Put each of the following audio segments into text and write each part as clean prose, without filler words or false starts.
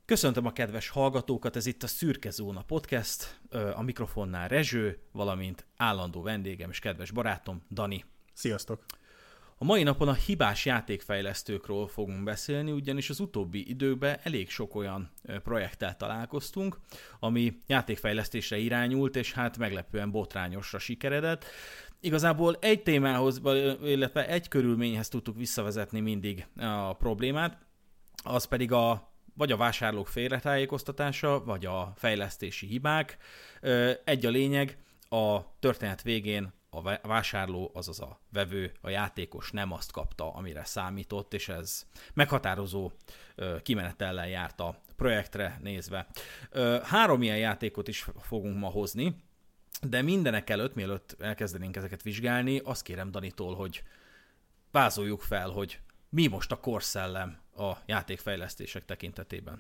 Köszöntöm a kedves hallgatókat, ez itt a Szürke Zóna Podcast, a mikrofonnál Rezső, valamint állandó vendégem és kedves barátom, Dani. Sziasztok! A mai napon a hibás játékfejlesztőkről fogunk beszélni, ugyanis az utóbbi időkben elég sok olyan projekttel találkoztunk, ami játékfejlesztésre irányult, és hát meglepően botrányosra sikeredett. Igazából egy témához, illetve egy körülményhez tudtuk visszavezetni mindig a problémát, az pedig vagy a vásárlók félretájékoztatása, vagy a fejlesztési hibák. Egy a lényeg, a történet végén a vásárló, azaz a vevő, a játékos nem azt kapta, amire számított, és ez meghatározó kimenetellel járt a projektre nézve. 3 ilyen játékot is fogunk ma hozni, de mindenek előtt, mielőtt elkezdenénk ezeket vizsgálni, azt kérem Danitól, hogy vázoljuk fel, hogy mi most a korszellem a játékfejlesztések tekintetében.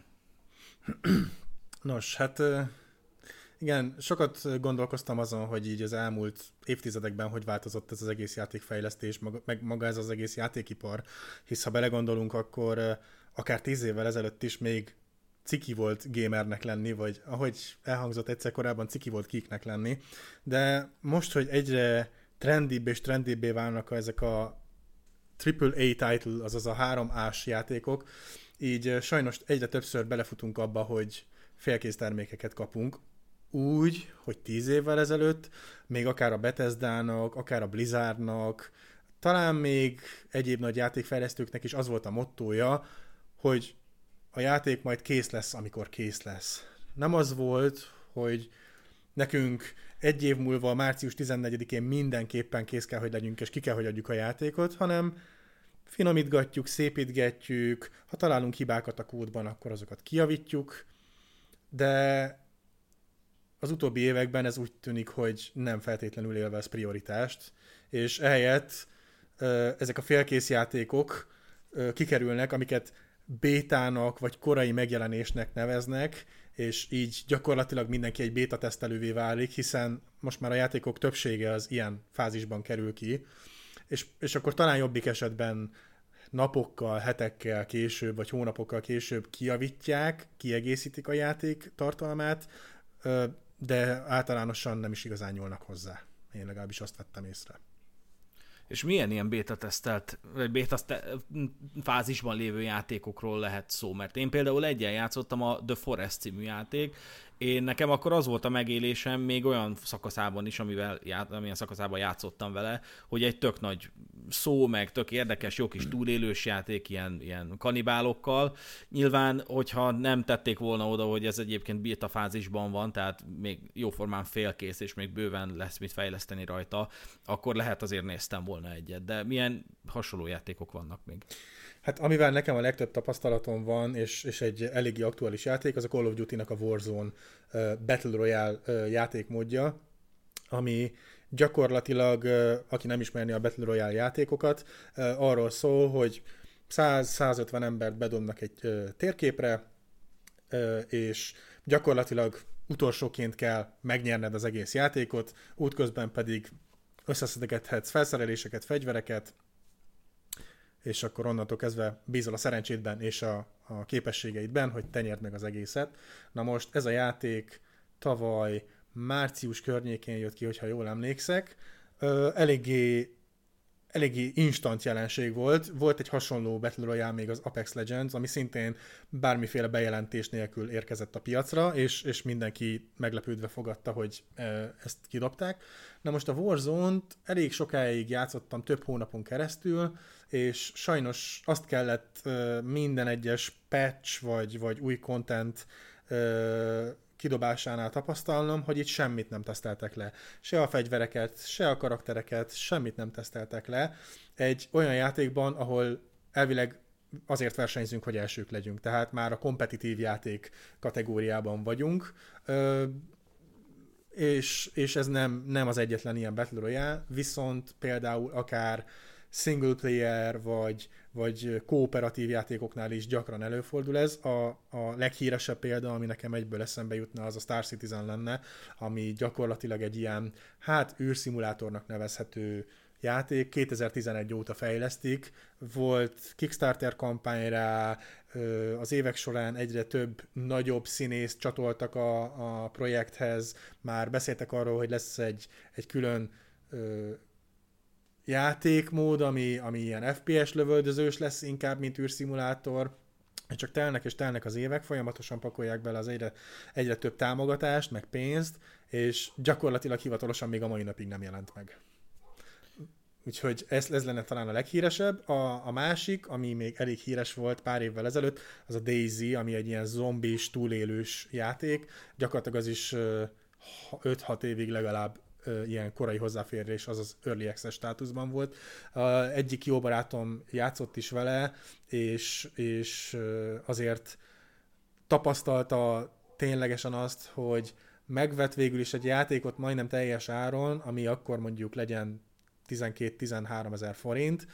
Nos, hát igen, sokat gondolkoztam azon, hogy így az elmúlt évtizedekben hogy változott ez az egész játékfejlesztés, meg maga ez az egész játékipar, hisz ha belegondolunk, akkor akár 10 évvel ezelőtt is még ciki volt gamernek lenni, vagy ahogy elhangzott egyszer korábban, ciki volt geeknek lenni, de most, hogy egyre trendibb és trendibbé válnak ezek a AAA title, azaz a 3A-s játékok, így sajnos egyre többször belefutunk abba, hogy félkész termékeket kapunk, úgy, hogy 10 évvel ezelőtt még akár a Bethesdának, akár a Blizzardnak, talán még egyéb nagy játékfejlesztőknek is az volt a mottója, hogy a játék majd kész lesz, amikor kész lesz. Nem az volt, hogy nekünk egy év múlva, március 14-én mindenképpen kész kell, hogy legyünk, és ki kell, hogy adjuk a játékot, hanem finomítgatjuk, szépítgetjük, ha találunk hibákat a kódban, akkor azokat kijavítjuk, de az utóbbi években ez úgy tűnik, hogy nem feltétlenül élvez prioritást, és ehelyett ezek a félkész játékok kikerülnek, amiket bétának vagy korai megjelenésnek neveznek, és így gyakorlatilag mindenki egy béta tesztelővé válik, hiszen most már a játékok többsége az ilyen fázisban kerül ki, és akkor talán jobbik esetben napokkal, hetekkel később, vagy hónapokkal később kijavítják, kiegészítik a játék tartalmát, de általánosan nem is igazán nyúlnak hozzá. Én legalábbis azt vettem észre. És milyen ilyen béta-tesztelt, vagy béta fázisban lévő játékokról lehet szó? Mert én például egyen játszottam a The Forest című játék, nekem akkor az volt a megélésem még olyan szakaszában is, amilyen szakaszában játszottam vele, hogy egy tök nagy szó, meg tök érdekes, jó kis túlélős játék ilyen kanibálokkal. Nyilván, hogyha nem tették volna oda, hogy ez egyébként beta fázisban van, tehát még jóformán félkész, és még bőven lesz mit fejleszteni rajta, akkor lehet azért néztem volna egyet. De milyen hasonló játékok vannak még? Hát amivel nekem a legtöbb tapasztalatom van, és egy eléggé aktuális játék, az a Call of Duty-nak a Warzone Battle Royale játékmódja, ami gyakorlatilag, aki nem ismerni a Battle Royale játékokat, arról szól, hogy 100-150 embert bedobnak egy térképre, és gyakorlatilag utolsóként kell megnyerned az egész játékot, útközben pedig összeszedegethetsz felszereléseket, fegyvereket, és akkor onnantól kezdve bízol a szerencsédben és a képességeidben, hogy te nyerd meg az egészet. Na most ez a játék tavaly március környékén jött ki, hogyha jól emlékszek. Eléggé instant jelenség volt. Volt egy hasonló Battle Royale még az Apex Legends, ami szintén bármiféle bejelentés nélkül érkezett a piacra, és mindenki meglepődve fogadta, hogy ezt kidobták. Na most a Warzone-t elég sokáig játszottam, több hónapon keresztül, és sajnos azt kellett minden egyes patch vagy új content kidobásánál tapasztalnom, hogy itt semmit nem teszteltek le. Se a fegyvereket, se a karaktereket, semmit nem teszteltek le. Egy olyan játékban, ahol elvileg azért versenyzünk, hogy elsők legyünk. Tehát már a kompetitív játék kategóriában vagyunk, és ez nem az egyetlen ilyen Battle Royale, viszont például akár single player vagy kooperatív játékoknál is gyakran előfordul ez. A leghíresebb példa, ami nekem egyből eszembe jutna, az a Star Citizen lenne, ami gyakorlatilag egy ilyen, űrszimulátornak nevezhető játék, 2011 óta fejlesztik, volt Kickstarter kampány rá, az évek során egyre több nagyobb színészt csatoltak a projekthez, már beszéltek arról, hogy lesz egy külön játékmód, ami ilyen FPS lövöldözős lesz inkább, mint űrszimulátor, és csak telnek és telnek az évek, folyamatosan pakolják bele az egyre több támogatást, meg pénzt, és gyakorlatilag hivatalosan még a mai napig nem jelent meg. Úgyhogy ez lenne talán a leghíresebb. A másik, ami még elég híres volt pár évvel ezelőtt, az a DayZ, ami egy ilyen zombis, túlélős játék. Gyakorlatilag az is 5-6 évig legalább ilyen korai hozzáférés, azaz Early Access státuszban volt. Egyik jó barátom játszott is vele, és azért tapasztalta ténylegesen azt, hogy megvett végül is egy játékot majdnem teljes áron, ami akkor mondjuk legyen 12-13 ezer forint,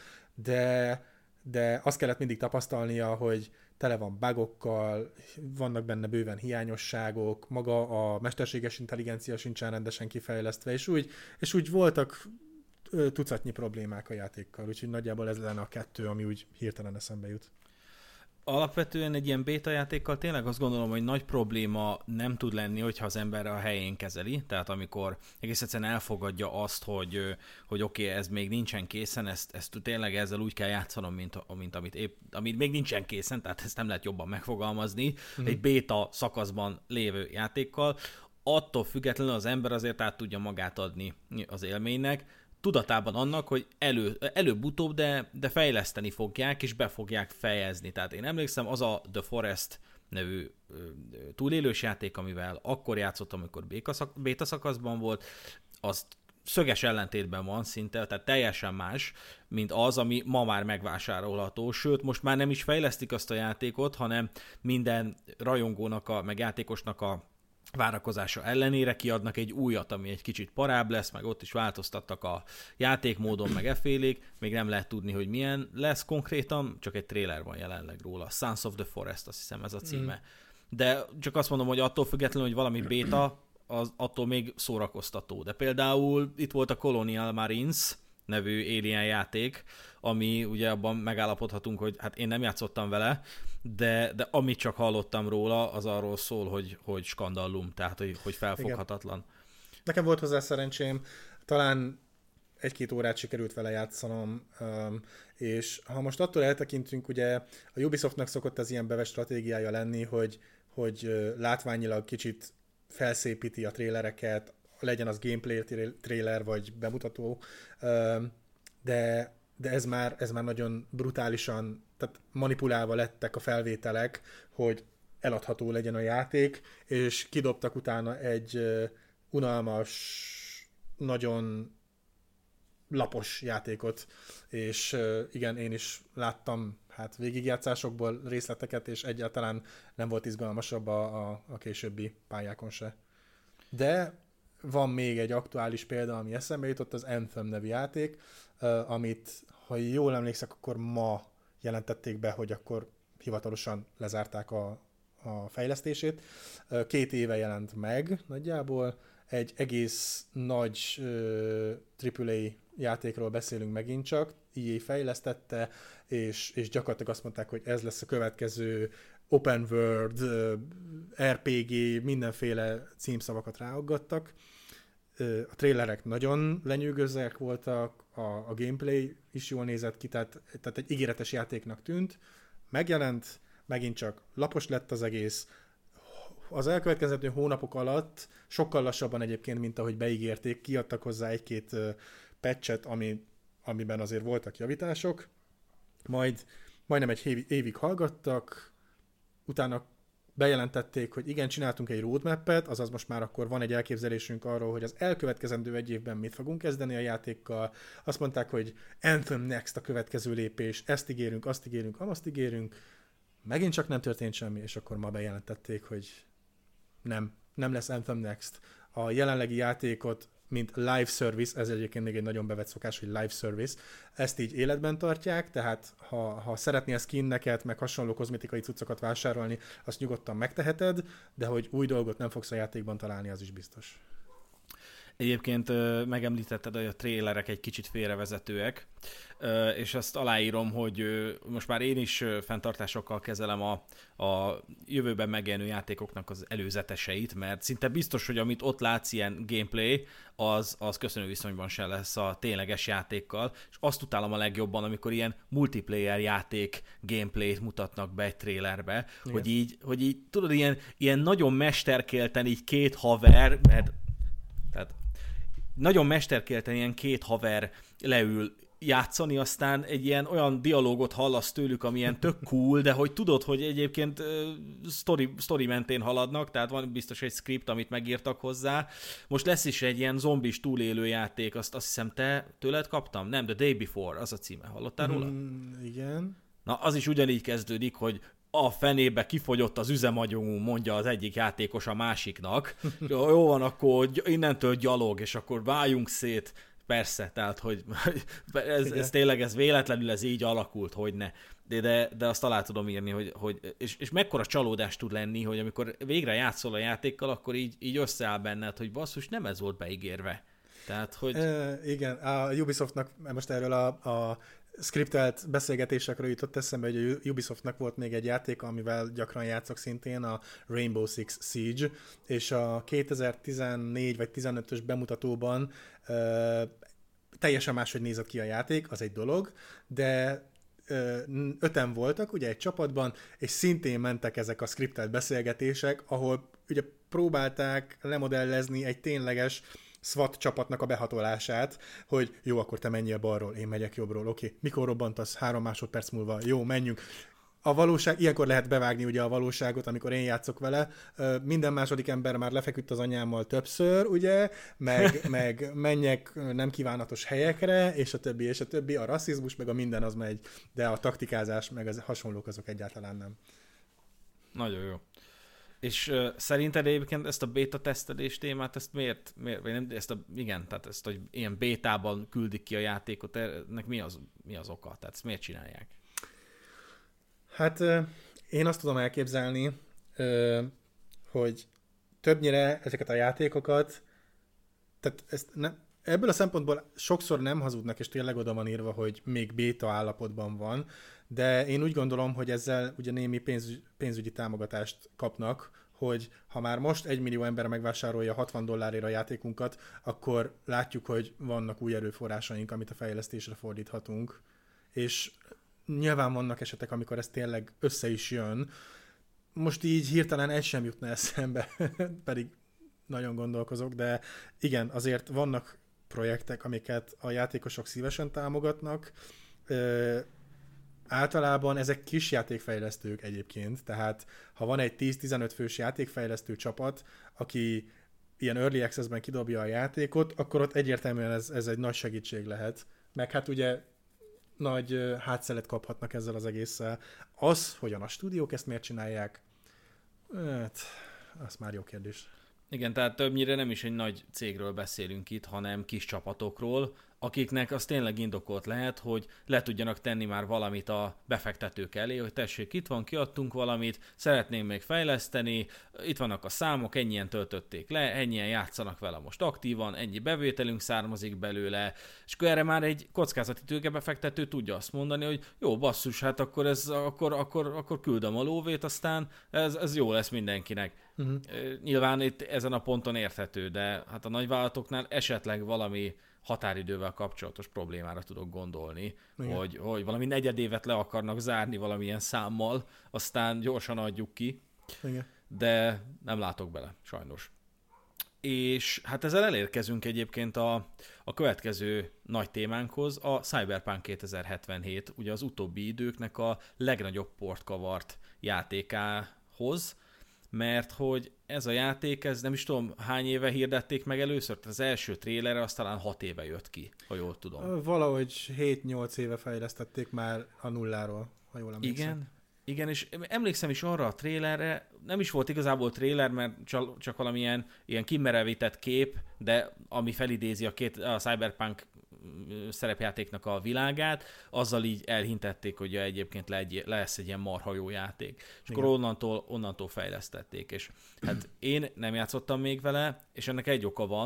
de azt kellett mindig tapasztalnia, hogy tele van bugokkal, vannak benne bőven hiányosságok, maga a mesterséges intelligencia sincsen rendesen kifejlesztve, és úgy voltak tucatnyi problémák a játékkal, úgyhogy nagyjából ez lenne a kettő, ami úgy hirtelen eszembe jut. Alapvetően egy ilyen béta játékkal tényleg azt gondolom, hogy nagy probléma nem tud lenni, hogyha az ember a helyén kezeli, tehát amikor egész egyszerűen elfogadja azt, hogy oké, ez még nincsen készen, ezt tényleg ezzel úgy kell játszanom, mint amit még nincsen készen, tehát ezt nem lehet jobban megfogalmazni, egy béta szakaszban lévő játékkal. Attól függetlenül az ember azért át tudja magát adni az élménynek, tudatában annak, hogy előbb-utóbb, de fejleszteni fogják, és be fogják fejezni. Tehát én emlékszem, az a The Forest nevű túlélős játék, amivel akkor játszottam, amikor béta szakaszban volt, az szöges ellentétben van szinte, tehát teljesen más, mint az, ami ma már megvásárolható. Sőt, most már nem is fejlesztik azt a játékot, hanem minden rajongónak, meg játékosnak a várakozása ellenére kiadnak egy újat, ami egy kicsit parább lesz, meg ott is változtattak a játékmódon, meg effélék, még nem lehet tudni, hogy milyen lesz konkrétan, csak egy trailer van jelenleg róla. Sons of the Forest, azt hiszem ez a címe. De csak azt mondom, hogy attól függetlenül, hogy valami béta, attól még szórakoztató. De például itt volt a Colonial Marines nevű Alien játék, ami ugye abban megállapodhatunk, hogy hát én nem játszottam vele, de amit csak hallottam róla, az arról szól, hogy skandallum, tehát hogy felfoghatatlan. Igen. Nekem volt hozzá szerencsém, talán 1-2 órát sikerült vele játszanom, és ha most attól eltekintünk, ugye a Ubisoftnak szokott az ilyen beves stratégiája lenni, hogy látványilag kicsit felszépíti a trélereket, legyen az gameplay trailer vagy bemutató, de ez már nagyon brutálisan, tehát manipulálva lettek a felvételek, hogy eladható legyen a játék, és kidobtak utána egy unalmas, nagyon lapos játékot, és igen, én is láttam végigjátszásokból részleteket, és egyáltalán nem volt izgalmasabb a későbbi pályákon se. De van még egy aktuális példa, ami eszembe jutott, az Anthem nevű játék, amit, ha jól emlékszek, akkor ma jelentették be, hogy akkor hivatalosan lezárták a fejlesztését. 2 éve jelent meg nagyjából, egy egész nagy AAA játékról beszélünk megint csak, EA fejlesztette, és gyakorlatilag azt mondták, hogy ez lesz a következő open world, RPG, mindenféle címszavakat ráaggattak. A trailerek nagyon lenyűgözőek voltak, a gameplay is jól nézett ki, tehát egy ígéretes játéknak tűnt. Megjelent, megint csak lapos lett az egész. Az elkövetkező hónapok alatt sokkal lassabban egyébként, mint ahogy beígérték, kiadtak hozzá 1-2 patchet, amiben azért voltak javítások. Majd majdnem egy évig hallgattak, utána bejelentették, hogy igen, csináltunk egy roadmap-et, azaz most már akkor van egy elképzelésünk arról, hogy az elkövetkezendő 1 évben mit fogunk kezdeni a játékkal. Azt mondták, hogy Anthem Next a következő lépés, ezt ígérünk, azt ígérünk, azt ígérünk. Megint csak nem történt semmi, és akkor ma bejelentették, hogy nem lesz Anthem Next. A jelenlegi játékot, mint live service, ez egyébként még egy nagyon bevett szokás, hogy live service, ezt így életben tartják, tehát ha szeretnél skinneket, meg hasonló kozmetikai cuccokat vásárolni, azt nyugodtan megteheted, de hogy új dolgot nem fogsz a játékban találni, az is biztos. Egyébként megemlítetted, hogy a trélerek egy kicsit félrevezetőek, és azt aláírom, hogy most már én is fenntartásokkal kezelem a jövőben megjelenő játékoknak az előzeteseit, mert szinte biztos, hogy amit ott látsz ilyen gameplay, az köszönő viszonyban se lesz a tényleges játékkal, és azt utálom a legjobban, amikor ilyen multiplayer játék gameplayt mutatnak be egy trélerbe, hogy így tudod, ilyen nagyon mesterkélten így két haver, tehát nagyon mesterkélten ilyen két haver leül játszani, aztán egy ilyen olyan dialógot hallasz tőlük, amilyen tök cool, de hogy tudod, hogy egyébként story mentén haladnak, tehát van biztos egy script, amit megírtak hozzá. Most lesz is egy ilyen zombis túlélő játék, azt hiszem tőled kaptam? Nem, The Day Before, az a címe. Hallottál róla? Igen. Na, az is ugyanígy kezdődik, hogy a fenébe kifogyott az üzemagyunk, mondja az egyik játékos a másiknak. Jó van, akkor innentől gyalog, és akkor váljunk szét. Persze, tehát, hogy ez tényleg ez véletlenül ez így alakult, hogy ne. De azt alá tudom írni, hogy és mekkora csalódás tud lenni, hogy amikor végre játszol a játékkal, akkor így összeáll benned, hogy basszus, nem ez volt beígérve. Tehát, hogy... Igen, a Ubisoftnak most erről a skriptelt beszélgetésekről jutott eszembe, hogy a Ubisoftnak volt még egy játék, amivel gyakran játszok szintén, a Rainbow Six Siege, és a 2014 vagy 15-ös bemutatóban teljesen máshogy nézett ki a játék, az egy dolog, de 5-en voltak ugye egy csapatban, és szintén mentek ezek a skriptelt beszélgetések, ahol ugye próbálták lemodellezni egy tényleges SWAT csapatnak a behatolását, hogy jó, akkor te menjél balról, én megyek jobbról, oké. Mikor robbantasz? 3 másodperc múlva, jó, menjünk. A valóság, ilyenkor lehet bevágni ugye a valóságot, amikor én játszok vele. Minden második ember már lefeküdt az anyámmal többször, ugye, meg menjek nem kívánatos helyekre, és a többi, a rasszizmus, meg a minden az megy, de a taktikázás, meg az hasonlók azok egyáltalán nem. Nagyon jó. És szerinted egyébként ezt a beta tesztelés témát, ezt miért vagy nem, tehát ezt, hogy ilyen bétában küldik ki a játékot, ennek mi az oka? Tehát ezt miért csinálják? Hát én azt tudom elképzelni, hogy többnyire ezeket a játékokat, tehát ebből a szempontból sokszor nem hazudnak, és tényleg oda van írva, hogy még béta állapotban van, de én úgy gondolom, hogy ezzel ugye némi pénzügyi támogatást kapnak, hogy ha már most 1 millió ember megvásárolja $60 a játékunkat, akkor látjuk, hogy vannak új erőforrásaink, amit a fejlesztésre fordíthatunk, és nyilván vannak esetek, amikor ez tényleg össze is jön. Most így hirtelen ez sem jutna eszembe, pedig nagyon gondolkozok, de igen, azért vannak projektek, amiket a játékosok szívesen támogatnak. Általában ezek kis játékfejlesztők egyébként, tehát ha van egy 10-15 fős játékfejlesztő csapat, aki ilyen early access-ben kidobja a játékot, akkor ott egyértelműen ez egy nagy segítség lehet. Meg hát ugye nagy hátszelet kaphatnak ezzel az egésszel. Az, hogyan a stúdiók ezt miért csinálják, hát, az már jó kérdés. Igen, tehát többnyire nem is egy nagy cégről beszélünk itt, hanem kis csapatokról, akiknek az tényleg indokolt lehet, hogy le tudjanak tenni már valamit a befektetők elé, hogy tessék, itt van, kiadtunk valamit, szeretném még fejleszteni, itt vannak a számok, ennyien töltötték le, ennyien játszanak vele most aktívan, ennyi bevételünk származik belőle, és akkor erre már egy kockázati tőkebefektető tudja azt mondani, hogy jó, basszus, hát akkor küldöm a lóvét, aztán ez jó lesz mindenkinek. Uh-huh. Nyilván itt ezen a ponton érthető, de hát a nagyvállalatoknál esetleg valami határidővel kapcsolatos problémára tudok gondolni, hogy valami negyedévet le akarnak zárni valamilyen számmal, aztán gyorsan adjuk ki, igen. De nem látok bele, sajnos. És hát ezzel elérkezünk egyébként a következő nagy témánkhoz, a Cyberpunk 2077, ugye az utóbbi időknek a legnagyobb portkavart játékához, mert hogy ez a játék, ez nem is tudom hány éve hirdették meg először, tehát az első trélere az talán 6 éve jött ki, ha jól tudom. Valahogy 7-8 éve fejlesztették már a nulláról, ha jól emlékszem. Igen, és emlékszem is arra a trélerre, nem is volt igazából tréler, mert csak valamilyen ilyen kimerevített kép, de ami felidézi a Cyberpunk szerepjátéknak a világát, azzal így elhintették, hogy egyébként lesz egy ilyen marha jó játék. És igen. Akkor onnantól fejlesztették. És hát én nem játszottam még vele, és ennek egy oka van,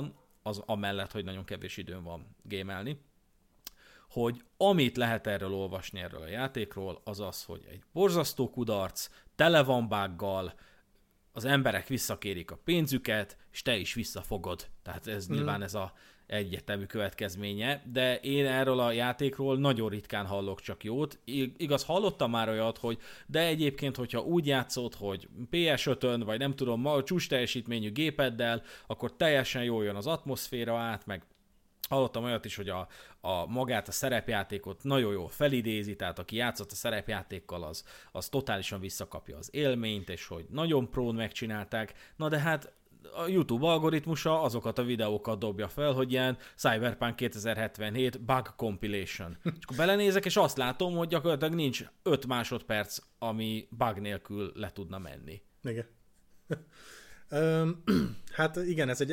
az amellett, hogy nagyon kevés időm van gémelni, hogy amit lehet erről olvasni erről a játékról, az az, hogy egy borzasztó kudarc, tele van buggal, az emberek visszakérik a pénzüket, és te is visszafogod. Tehát ez nyilván ez a egyértelmű következménye, de én erről a játékról nagyon ritkán hallok csak jót. Igaz, hallottam már olyat, hogy de egyébként, hogyha úgy játszod, hogy PS5-ön, vagy nem tudom, csúcs teljesítményű gépeddel, akkor teljesen jól jön az atmoszféra át, meg hallottam olyat is, hogy magát a szerepjátékot nagyon jól felidézi, tehát aki játszott a szerepjátékkal, az totálisan visszakapja az élményt, és hogy nagyon prón megcsinálták. Na de hát a YouTube algoritmusa azokat a videókat dobja fel, hogy ilyen Cyberpunk 2077 bug compilation. És akkor belenézek, és azt látom, hogy gyakorlatilag nincs 5 másodperc, ami bug nélkül le tudna menni. Igen. Hát igen, ez egy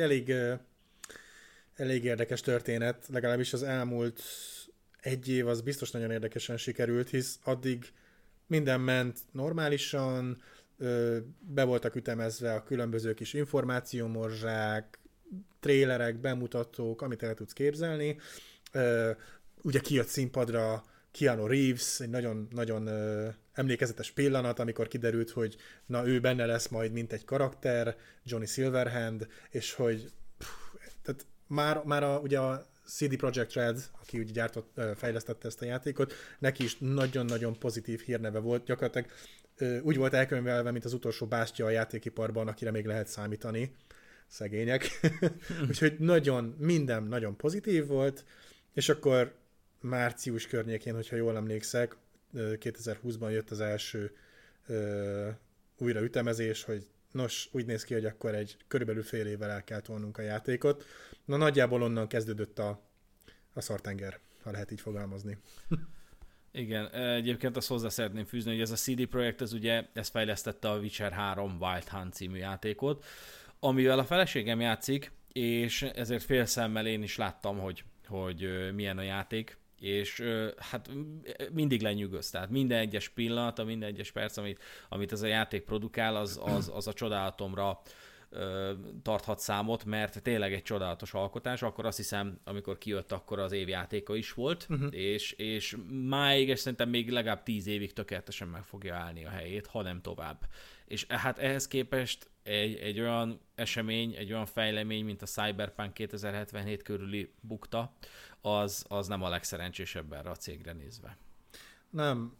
elég érdekes történet, legalábbis az elmúlt egy év az biztos nagyon érdekesen sikerült, hisz addig minden ment normálisan, be voltak ütemezve a különböző kis információmorzsák, trélerek, bemutatók, amit el tudsz képzelni. Ugye kijött színpadra Keanu Reeves, egy nagyon emlékezetes pillanat, amikor kiderült, hogy na ő benne lesz majd mint egy karakter, Johnny Silverhand, és hogy tehát már ugye a CD Projekt Red, aki ugye fejlesztette ezt a játékot, neki is nagyon-nagyon pozitív hírneve volt, gyakorlatilag úgy volt elkönyvelve, mint az utolsó bástya a játékiparban, akire még lehet számítani, szegények. Úgyhogy minden nagyon pozitív volt, és akkor március környékén, hogyha jól emlékszek, 2020-ban jött az első újraütemezés, hogy nos, úgy néz ki, hogy akkor körülbelül fél évvel el kell tolnunk a játékot. Na nagyjából onnan kezdődött a szartenger, ha lehet így fogalmazni. Igen, egyébként azt hozzá szeretném fűzni, hogy ez a CD Projekt, ez fejlesztette a Witcher 3 Wild Hunt című játékot, amivel a feleségem játszik, és ezért félszemmel én is láttam, hogy milyen a játék, és hát mindig lenyűgöz, tehát minden egyes pillanat, minden egyes perc, amit ez a játék produkál, az a csodálatomra tarthat számot, mert tényleg egy csodálatos alkotás, akkor azt hiszem, amikor kijött, akkor az év játéka is volt, és máig, és szerintem még legalább 10 évig tökéletesen meg fogja állni a helyét, ha nem tovább. És hát ehhez képest egy olyan esemény, egy olyan fejlemény, mint a Cyberpunk 2077 körüli bukta, az nem a legszerencsésebb erre a cégre nézve. Nem.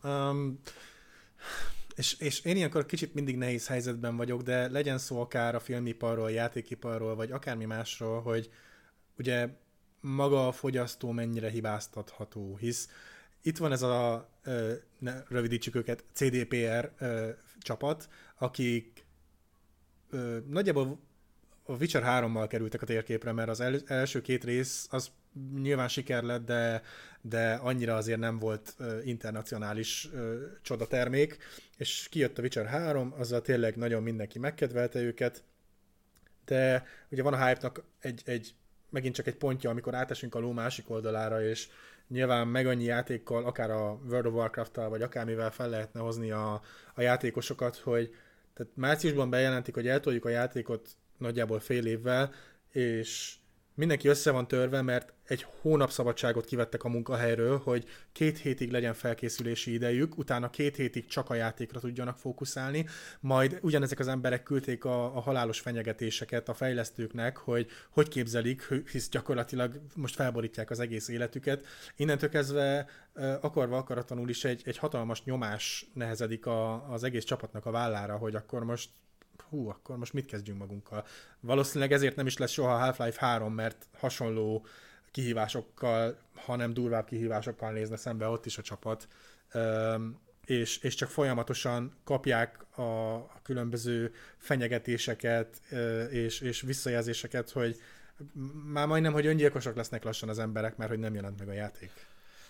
És én ilyenkor kicsit mindig nehéz helyzetben vagyok, de legyen szó akár a filmiparról, játékiparról, vagy akármi másról, hogy ugye maga a fogyasztó mennyire hibáztatható, hisz itt van ez a, rövidítsük őket, CDPR csapat, akik nagyjából a Witcher 3-mal kerültek a térképre, mert az első 2 rész az nyilván siker lett, de annyira azért nem volt internacionális csodatermék, és kijött a Witcher 3, azzal tényleg nagyon mindenki megkedvelte őket, de ugye van a hype-nak megint csak egy pontja, amikor átesünk a ló másik oldalára, és nyilván meg annyi játékkal, akár a World of Warcraft-tal, vagy akármivel fel lehetne hozni a játékosokat, hogy tehát márciusban bejelentik, hogy eltoljuk a játékot nagyjából fél évvel, és mindenki össze van törve, mert egy hónap szabadságot kivettek a munkahelyről, hogy 2 hétig legyen felkészülési idejük, utána 2 hétig csak a játékra tudjanak fókuszálni, majd ugyanezek az emberek küldték a halálos fenyegetéseket a fejlesztőknek, hogy képzelik, hisz gyakorlatilag most felborítják az egész életüket. Innentől kezdve akarva akaratlanul is egy hatalmas nyomás nehezedik az egész csapatnak a vállára, hogy akkor most mit kezdjünk magunkkal. Valószínűleg ezért nem is lesz soha Half-Life 3, mert hasonló kihívásokkal, hanem durvább kihívásokkal nézne szembe ott is a csapat, és csak folyamatosan kapják a különböző fenyegetéseket és visszajelzéseket, hogy már majdnem, hogy öngyilkosok lesznek lassan az emberek, mert hogy nem jelent meg a játék.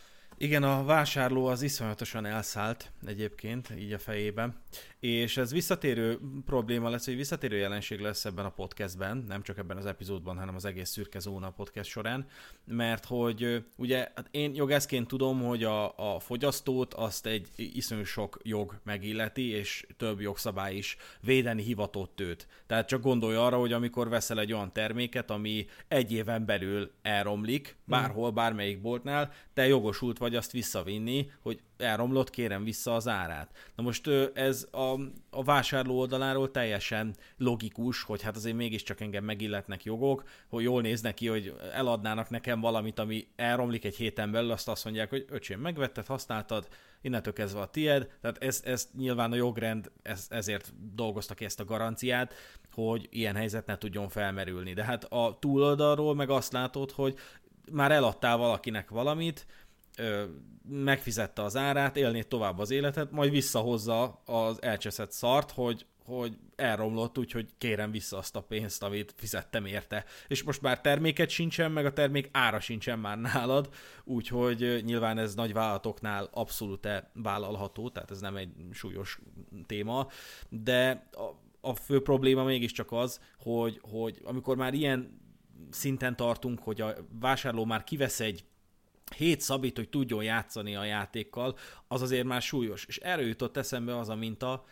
Igen, a vásárló az iszonyatosan elszállt egyébként, így a fejében, és ez visszatérő probléma lesz, vagy visszatérő jelenség lesz ebben a podcastben, nem csak ebben az epizódban, hanem az egész Szürke Zóna podcast során, mert hogy ugye hát én jogászként tudom, hogy a fogyasztót azt egy iszonyú sok jog megilleti, és több jogszabály is védeni hivatott őt. Tehát csak gondolj arra, hogy amikor veszel egy olyan terméket, ami egy éven belül elromlik, bárhol, bármelyik boltnál, te jogosult vagy azt visszavinni, hogy elromlott, kérem vissza az árát. Na most ez a vásárló oldaláról teljesen logikus, hogy hát azért mégiscsak engem megilletnek jogok, hogy jól néz neki, hogy eladnának nekem valamit, ami elromlik egy héten belül, azt mondják, hogy öcsém, megvetted, használtad, innentől kezdve a tied, tehát ez nyilván a jogrend, ezért dolgoztak ki ezt a garanciát, hogy ilyen helyzet ne tudjon felmerülni. De hát a túloldalról meg azt látod, hogy már eladtál valakinek valamit, megfizette az árát, élnéd tovább az életet, majd visszahozza az elcseszett szart, hogy elromlott, úgyhogy kérem vissza azt a pénzt, amit fizettem érte. És most már terméket sincsen, meg a termék ára sincsen már nálad, úgyhogy nyilván ez nagy vállalatoknál abszolút vállalható, tehát ez nem egy súlyos téma, de a fő probléma mégiscsak az, hogy amikor már ilyen szinten tartunk, hogy a vásárló már kivesz egy 7 szabít, hogy tudjon játszani a játékkal, az azért már súlyos. És erről jutott eszembe az a minta,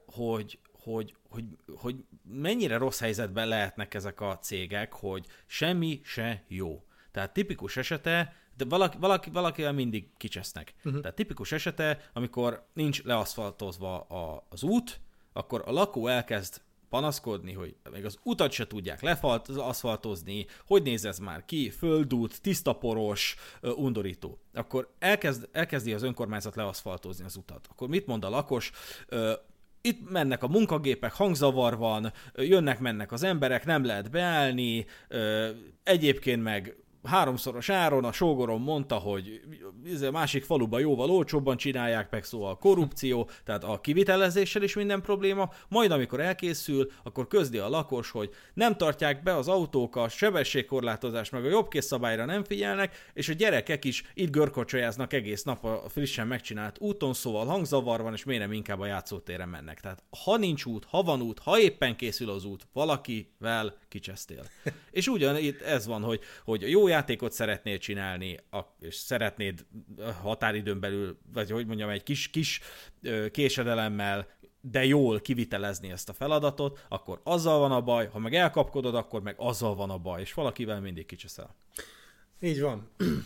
hogy mennyire rossz helyzetben lehetnek ezek a cégek, hogy semmi se jó. Tehát tipikus esete, de valakivel mindig kicsesznek. Tehát tipikus esete, amikor nincs leaszfaltozva az út, akkor a lakó elkezd panaszkodni, hogy még az utat se tudják leaszfaltozni, hogy néz ez már ki, földút, tisztaporos, undorító. Akkor elkezdi az önkormányzat leaszfaltozni az utat. Akkor mit mond a lakos? Itt mennek a munkagépek, hangzavar van, jönnek-mennek az emberek, nem lehet beállni, egyébként meg 3-szoros áron a sógorom mondta, hogy a másik faluban jóval olcsóbban csinálják meg, szóval korrupció, tehát a kivitelezéssel is minden probléma, majd amikor elkészül, akkor közli a lakos, hogy nem tartják be az autók, a sebességkorlátozás meg a jobbkészszabályra nem figyelnek, és a gyerekek is itt görkocsolyáznak egész nap a frissen megcsinált úton, szóval hangzavar van, és miért nem inkább a játszótéren mennek. Tehát ha nincs út, ha van út, ha éppen készül az út, valakivel kicsesztél. És ugyanitt ez van, hogy jó játékot szeretnél csinálni, és szeretnéd határidőn belül, vagy hogy mondjam, egy kis késedelemmel, de jól kivitelezni ezt a feladatot, akkor azzal van a baj, ha meg elkapkodod, akkor meg azzal van a baj, és valakivel mindig kicseszel. Így van.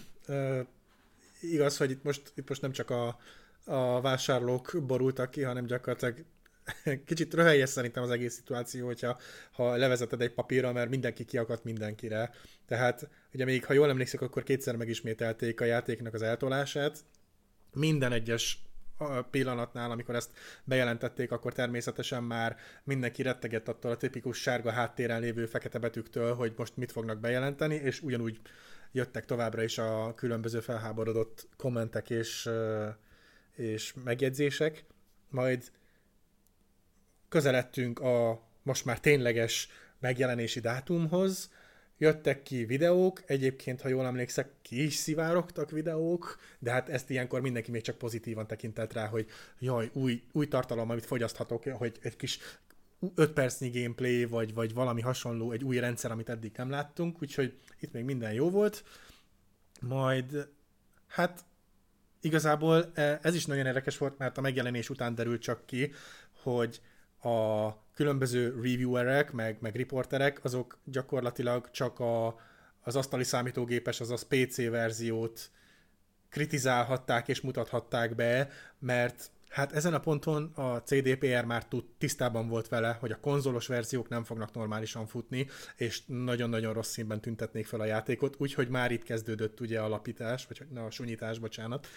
Igaz, hogy itt most nem csak a vásárlók borultak ki, hanem gyakorlatilag kicsit röhelyes szerintem az egész szituáció, ha levezeted egy papírra, mert mindenki kiakadt mindenkire. Tehát ugye még, ha jól emlékszek, akkor 2-szer megismételték a játéknak az eltolását. Minden egyes pillanatnál, amikor ezt bejelentették, akkor természetesen már mindenki rettegett attól a tipikus sárga háttéren lévő fekete betűktől, hogy most mit fognak bejelenteni, és ugyanúgy jöttek továbbra is a különböző felháborodott kommentek és megjegyzések. Majd közeledtünk a most már tényleges megjelenési dátumhoz, jöttek ki videók, egyébként, ha jól emlékszek, ki is szivárogtak videók, de hát ezt ilyenkor mindenki még csak pozitívan tekintett rá, hogy jaj, új tartalom, amit fogyaszthatok, hogy egy kis 5 percnyi gameplay, vagy valami hasonló, egy új rendszer, amit eddig nem láttunk, úgyhogy itt még minden jó volt. Majd, hát igazából ez is nagyon érdekes volt, mert a megjelenés után derült csak ki, hogy a különböző reviewerek, meg riporterek, azok gyakorlatilag csak az asztali számítógépes, azaz PC verziót kritizálhatták és mutathatták be, mert hát ezen a ponton a CDPR már tisztában volt vele, hogy a konzolos verziók nem fognak normálisan futni, és nagyon-nagyon rossz színben tüntetnék fel a játékot, úgyhogy már itt kezdődött ugye a lapítás, vagy a sunyítás, bocsánat.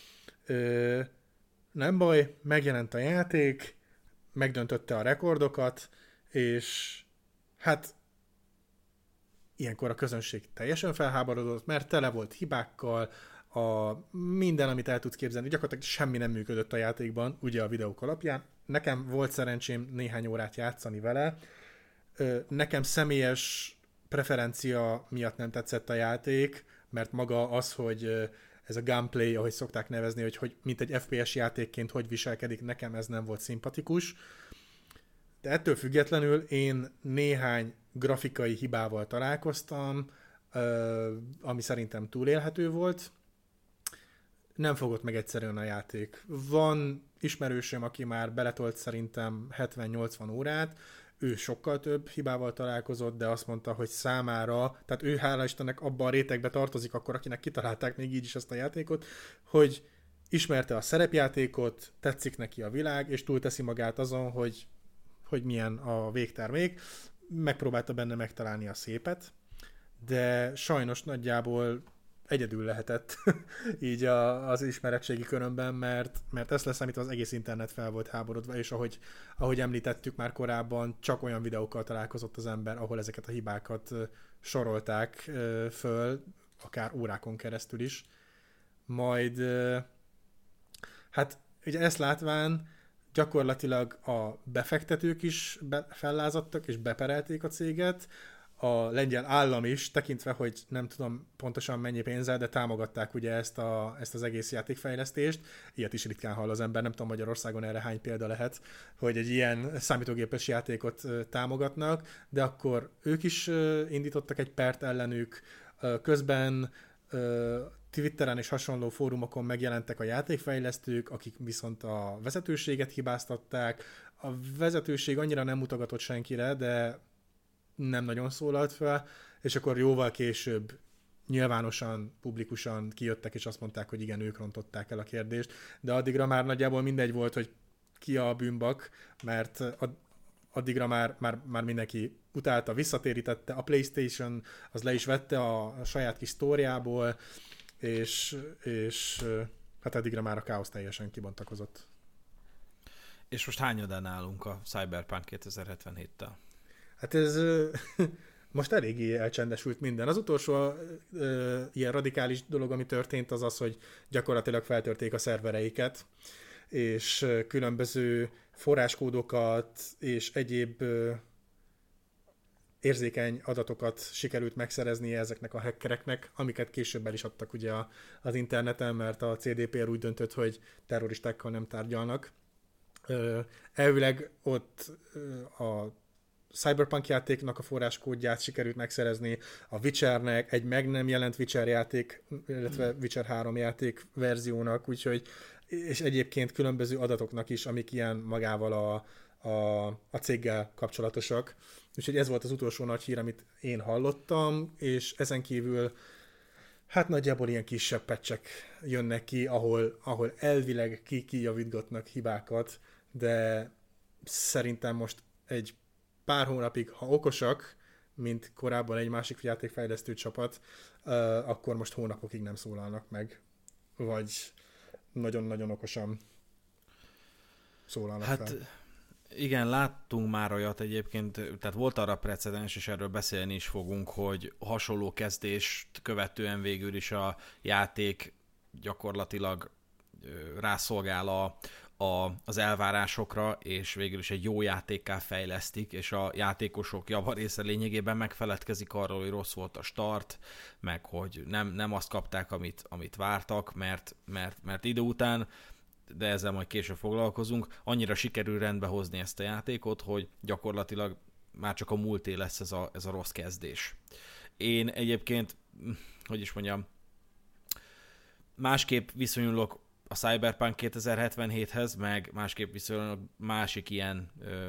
Nem baj, megjelent a játék, megdöntötte a rekordokat, és hát ilyenkor a közönség teljesen felháborodott, mert tele volt hibákkal, minden, amit el tudsz képzelni, gyakorlatilag semmi nem működött a játékban, ugye a videók alapján. Nekem volt szerencsém néhány órát játszani vele, nekem személyes preferencia miatt nem tetszett a játék, mert maga az, hogy ez a gunplay, ahogy szokták nevezni, hogy mint egy FPS játékként hogy viselkedik, nekem ez nem volt szimpatikus. De ettől függetlenül én néhány grafikai hibával találkoztam, ami szerintem túlélhető volt. Nem fogott meg egyszerűen a játék. Van ismerősöm, aki már beletolt szerintem 70-80 órát, ő sokkal több hibával találkozott, de azt mondta, hogy számára, tehát ő hála Istennek abban a rétegbe tartozik akkor, akinek kitalálták még így is ezt a játékot, hogy ismerte a szerepjátékot, tetszik neki a világ, és túlteszi magát azon, hogy milyen a végtermék. Megpróbálta benne megtalálni a szépet, de sajnos nagyjából egyedül lehetett így az ismeretségi körömben, mert ezt leszámítva az egész internet fel volt háborodva, és ahogy említettük már korábban, csak olyan videókkal találkozott az ember, ahol ezeket a hibákat sorolták föl, akár órákon keresztül is. Majd, hát ugye ezt látván gyakorlatilag a befektetők is fellázadtak, és beperelték a céget, a lengyel állam is, tekintve, hogy nem tudom pontosan mennyi pénzzel, de támogatták ugye ezt az egész játékfejlesztést. Ilyet is ritkán hall az ember, nem tudom Magyarországon erre hány példa lehet, hogy egy ilyen számítógépes játékot támogatnak, de akkor ők is indítottak egy pert ellenük, közben Twitteren és hasonló fórumokon megjelentek a játékfejlesztők, akik viszont a vezetőséget hibáztatták. A vezetőség annyira nem mutogatott senkire, de nem nagyon szólalt fel, és akkor jóval később nyilvánosan, publikusan kijöttek, és azt mondták, hogy igen, ők rontották el a kérdést, de addigra már nagyjából mindegy volt, hogy ki a bűnbak, mert addigra már mindenki utálta, visszatérítette, a PlayStation az le is vette a saját kis sztóriából, és hát addigra már a káosz teljesen kibontakozott. És most hányadán állunk a Cyberpunk 2077-tel? Hát ez most eléggé elcsendesült minden. Az utolsó ilyen radikális dolog, ami történt, az az, hogy gyakorlatilag feltörték a szervereiket, és különböző forráskódokat és egyéb érzékeny adatokat sikerült megszereznie ezeknek a hackereknek, amiket később el is adtak ugye az interneten, mert a CDPR úgy döntött, hogy terroristákkal nem tárgyalnak. Elvileg ott a Cyberpunk játéknak a forráskódját sikerült megszerezni, a Witchernek, egy meg nem jelent Witcher játék, illetve Witcher 3 játék verziónak, úgyhogy, és egyébként különböző adatoknak is, amik ilyen magával a céggel kapcsolatosak. Úgyhogy ez volt az utolsó nagy hír, amit én hallottam, és ezen kívül hát nagyjából ilyen kisebb patchek jönnek ki, ahol elvileg kijavítgatnak hibákat, de szerintem most egy pár hónapig, ha okosak, mint korábban egy másik játékfejlesztő csapat, akkor most hónapokig nem szólalnak meg, vagy nagyon-nagyon okosan szólalnak fel. Igen, láttunk már olyat egyébként, tehát volt arra precedens, és erről beszélni is fogunk, hogy hasonló kezdést követően végül is a játék gyakorlatilag rászolgál az elvárásokra, és végül is egy jó játékká fejlesztik, és a játékosok javarésze lényegében megfeledkezik arról, hogy rossz volt a start, meg hogy nem azt kapták, amit vártak, mert idő után, de ezzel majd később foglalkozunk, annyira sikerül rendbe hozni ezt a játékot, hogy gyakorlatilag már csak a múlté lesz ez a rossz kezdés. Én egyébként, hogy is mondjam, másképp viszonyulok a Cyberpunk 2077-hez, meg másképp viszonylag másik ilyen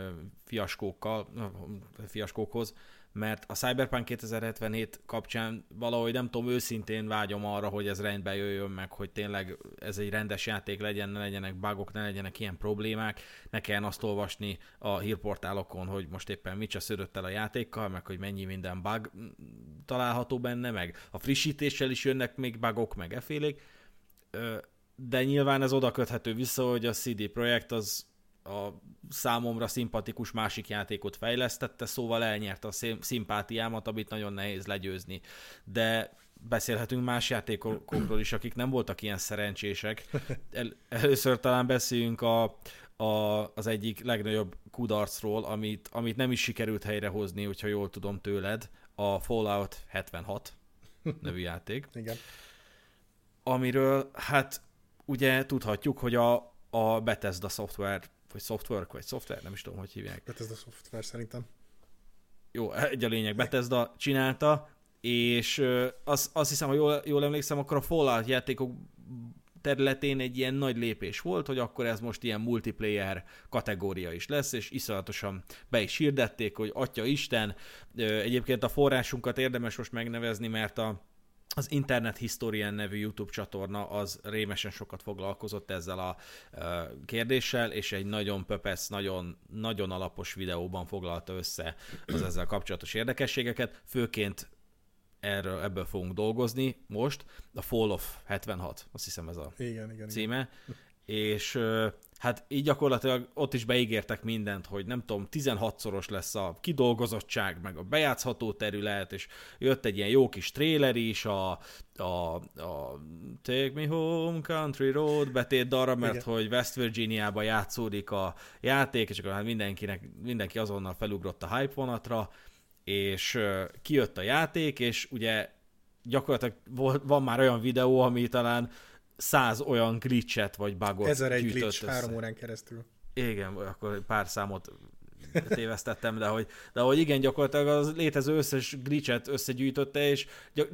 fiaskókhoz, mert a Cyberpunk 2077 kapcsán valahogy nem tudom, őszintén vágyom arra, hogy ez rendbe jöjjön meg, hogy tényleg ez egy rendes játék legyen, ne legyenek bugok, ne legyenek ilyen problémák, ne kelljen azt olvasni a hírportálokon, hogy most éppen mit szödött el a játékkal, meg hogy mennyi minden bug található benne, meg a frissítéssel is jönnek még bugok, meg efélék, de nyilván ez oda köthető vissza, hogy a CD Projekt az a számomra szimpatikus másik játékot fejlesztette, szóval elnyerte a szimpátiámat, amit nagyon nehéz legyőzni. De beszélhetünk más játékokról is, akik nem voltak ilyen szerencsések. Először talán beszéljünk az egyik legnagyobb kudarcról, amit nem is sikerült helyrehozni, hogyha jól tudom tőled, a Fallout 76 nevű játék. Igen. amiről hát ugye tudhatjuk, hogy a Bethesda szoftver, vagy szoftver, nem is tudom, hogy hívják. Bethesda szoftver szerintem. Jó, egy a lényeg, Bethesda csinálta, és azt hiszem, ha jól emlékszem, akkor a Fallout játékok területén egy ilyen nagy lépés volt, hogy akkor ez most ilyen multiplayer kategória is lesz, és iszonyatosan be is hirdették, hogy Atya Isten, egyébként a forrásunkat érdemes most megnevezni, mert az Internet Historian nevű YouTube csatorna az rémesen sokat foglalkozott ezzel a kérdéssel, és egy nagyon pöpesz, nagyon, nagyon alapos videóban foglalta össze az ezzel kapcsolatos érdekességeket, főként ebből fogunk dolgozni most, a Fall of 76, azt hiszem ez a címe, igen. És hát így gyakorlatilag ott is beígértek mindent, hogy nem tudom, 16-szoros lesz a kidolgozottság, meg a bejátszható terület, és jött egy ilyen jó kis tréler is, a Take Me Home Country Road betét dalra, mert igen, hogy West Virginiában játszódik a játék, és akkor hát mindenki azonnal felugrott a hype vonatra, és kijött a játék, és ugye gyakorlatilag van már olyan videó, ami talán 100 olyan glitchet vagy bugot 1001 gyűjtött glitch össze. 3 órán keresztül. Igen, akkor pár számot tévesztettem, de hogy igen, gyakorlatilag az létező összes glitchet összegyűjtötte, és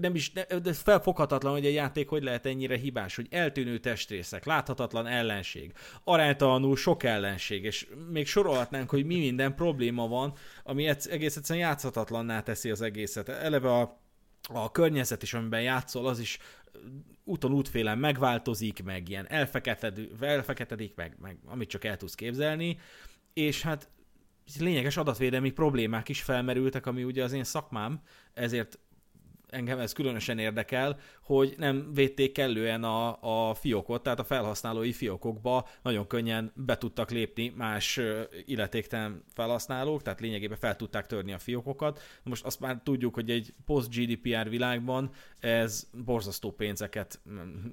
de felfoghatatlan, hogy egy játék hogy lehet ennyire hibás, hogy eltűnő testrészek, láthatatlan ellenség, aránytalanul sok ellenség, és még sorolhatnánk, hogy mi minden probléma van, ami egész egyszerűen játszhatatlanná teszi az egészet. Eleve a környezet is, amiben játszol, az is úton útfélen megváltozik, meg ilyen elfeketedik, meg amit csak el tudsz képzelni, és hát lényeges adatvédelmi problémák is felmerültek, ami ugye az én szakmám, ezért engem ez különösen érdekel, hogy nem védték kellően a fiókot, tehát a felhasználói fiókokba nagyon könnyen be tudtak lépni más illetéktelen felhasználók, tehát lényegében fel tudták törni a fiókokat. Most azt már tudjuk, hogy egy post-GDPR világban ez borzasztó pénzeket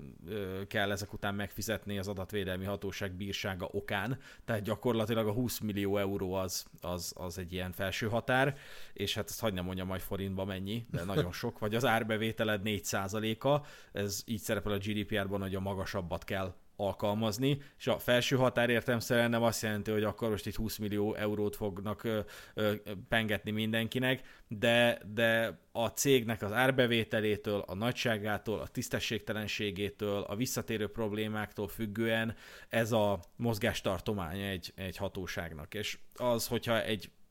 kell ezek után megfizetni az adatvédelmi hatóság bírsága okán, tehát gyakorlatilag a 20 millió euró az egy ilyen felső határ, és hát ezt hagyd nem mondjam majd forintba mennyi, de nagyon sok, vagy az árbevételed 4%-a, ez így szerepel a GDPR-ban, hogy a magasabbat kell alkalmazni, és a felső határ értelemszerűen nem azt jelenti, hogy akkor most itt 20 millió eurót fognak pengetni mindenkinek, de a cégnek az árbevételétől, a nagyságától, a tisztességtelenségétől, a visszatérő problémáktól függően ez a mozgástartománya egy hatóságnak. És az, hogyha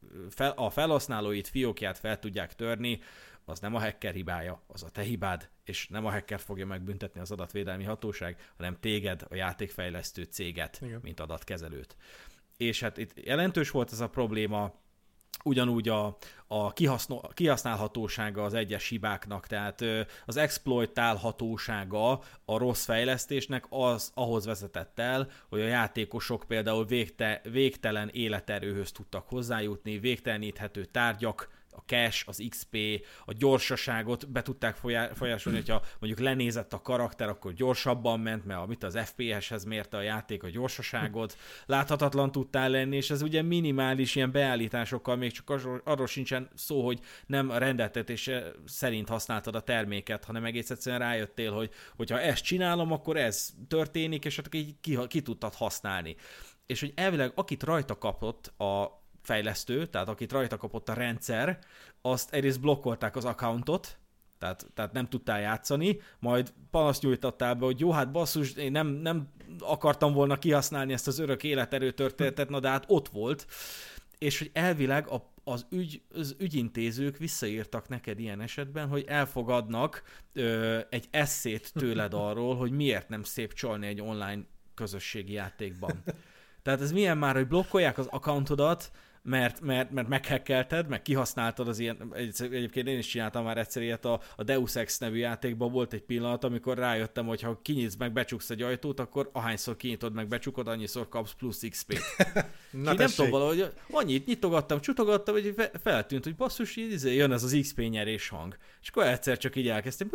a felhasználóit, fiókját fel tudják törni, az nem a hacker hibája, az a te hibád, és nem a hacker fogja megbüntetni az adatvédelmi hatóság, hanem téged, a játékfejlesztő céget, igen, mint adatkezelőt. És hát itt jelentős volt ez a probléma, ugyanúgy a kihasználhatósága az egyes hibáknak, tehát az exploitálhatósága a rossz fejlesztésnek az ahhoz vezetett el, hogy a játékosok például végtelen életerőhöz tudtak hozzájutni, végteleníthető tárgyak, a cache, az XP, a gyorsaságot be tudták folyásolni, hogyha mondjuk lenézett a karakter, akkor gyorsabban ment, mert az FPS-hez mérte a játék a gyorsaságot, láthatatlan tudtál lenni, és ez ugye minimális ilyen beállításokkal még csak arról sincsen szó, hogy nem a rendeltetés szerint használtad a terméket, hanem egész egyszerűen rájöttél, hogy ha ezt csinálom, akkor ez történik, és akkor így ki tudtad használni. És hogy elvileg akit rajta kapott a fejlesztő, tehát akit rajta kapott a rendszer, azt egyrészt blokkolták az accountot, tehát nem tudtál játszani, majd panaszt nyújtottál be, hogy jó, hát basszus, én nem akartam volna kihasználni ezt az örök életerő történetet, na de hát ott volt, és hogy elvileg az ügyintézők visszaírtak neked ilyen esetben, hogy elfogadnak egy esszét tőled arról, hogy miért nem szép csalni egy online közösségi játékban. Tehát ez milyen már, hogy blokkolják az accountodat, mert meghackelted, meg kihasználtad az ilyen, egyébként én is csináltam már egyszer ilyet, a Deus Ex nevű játékban volt egy pillanat, amikor rájöttem, hogy ha kinyitsz meg, becsuksz egy ajtót, akkor ahányszor kinyitod meg, becsukod, annyiszor kapsz plusz XP-t. Na nem tudom, valahogy annyit nyitogattam, csutogattam, hogy feltűnt, hogy basszus, jön ez az XP nyerés hang. És akkor egyszer csak így elkezdtem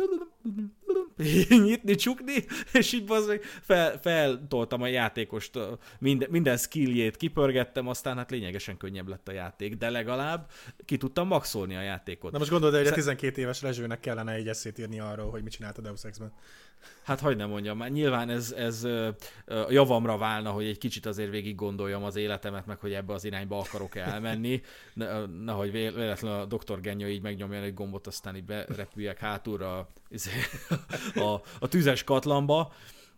nyitni, csukni, és így feltoltam a játékost, minden skilljét kipörgettem, aztán hát lényegesen könnyebb lett a játék, de legalább ki tudtam maxolni a játékot. Na most gondold, hogy a 12 éves Rezsőnek kellene egy eszét írni arról, hogy mit csinált a Deus Ex-ben. Hát hogy nem mondjam, már nyilván ez javamra válna, hogy egy kicsit azért végig gondoljam az életemet, meg hogy ebbe az irányba akarok elmenni. Nehogy véletlenül a Dr. Genya így megnyomja egy gombot, aztán így berepüljek hátulra a tüzes katlamba.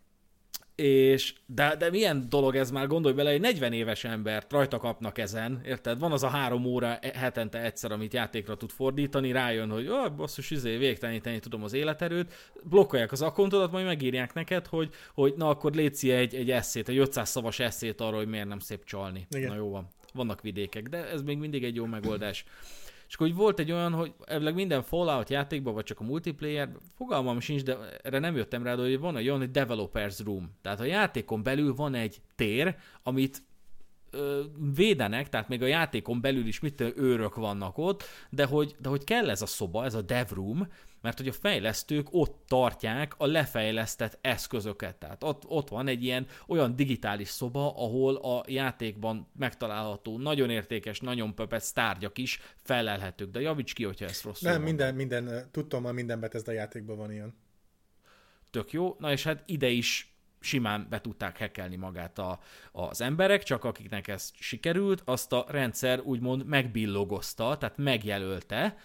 De milyen dolog ez már, gondolj bele, egy 40 éves embert rajta kapnak ezen, érted? Van az a 3 óra hetente egyszer, amit játékra tud fordítani, rájön, hogy basszus, végteleníteni tudom az életerőt, blokkolják az akkontodat, majd megírják neked, hogy na akkor létszi egy esszét, egy 500 szavas esszét arról, hogy miért nem szép csalni. Igen. Na jó van, vannak vidékek, de ez még mindig egy jó megoldás. És akkor hogy volt egy olyan, hogy minden Fallout játékban, vagy csak a multiplayer, fogalmam sincs, de erre nem jöttem rá, hogy van egy olyan, hogy Developers Room. Tehát a játékon belül van egy tér, amit védenek, tehát még a játékon belül is őrök vannak ott, de hogy kell ez a szoba, ez a Dev Room, mert hogy a fejlesztők ott tartják a lefejlesztett eszközöket. Tehát ott van egy ilyen olyan digitális szoba, ahol a játékban megtalálható nagyon értékes, nagyon pöpec tárgyak is felelhetők. De javíts ki, hogyha ezt rosszul nem, minden, tudtommal minden Bethesda játékban van ilyen. Tök jó. Na és hát ide is simán be tudták hackelni magát az emberek, csak akiknek ez sikerült, azt a rendszer úgymond megbillogozta, tehát megjelölte,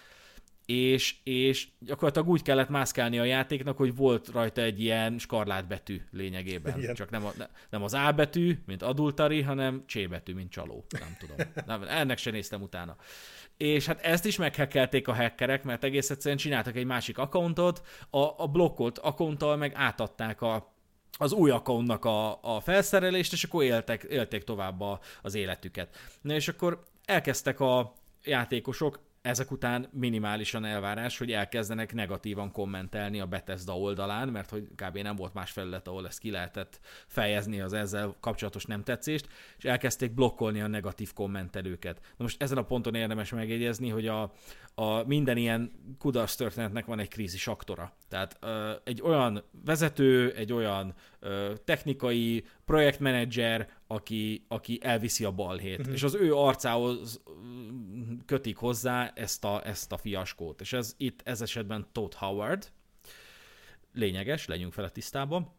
és gyakorlatilag úgy kellett mászkálni a játéknak, hogy volt rajta egy ilyen skarlátbetű lényegében. Igen. Csak nem az A betű, mint adultari, hanem C betű, mint csaló. Nem tudom. Ennek se néztem utána. És hát ezt is meghackelték a hackerek, mert egész egyszerűen csináltak egy másik accountot, a blokkolt accounttal meg átadták az új accountnak a felszerelést, és akkor élték tovább az életüket. Na és akkor elkezdtek a játékosok ezek után minimálisan elvárás, hogy elkezdenek negatívan kommentelni a Bethesda oldalán, mert hogy kb. Nem volt más felület, ahol ezt ki lehetett fejezni az ezzel kapcsolatos nem tetszést, és elkezdték blokkolni a negatív kommentelőket. Na most ezen a ponton érdemes megjegyezni, hogy a minden ilyen kudarc történetnek van egy krízis aktora. Tehát egy olyan vezető, egy olyan technikai projektmenedzser, aki elviszi a balhét. És az ő arcához kötik hozzá ezt a fiaskót. És ez esetben Todd Howard. Lényeges, legyünk fel a tisztában.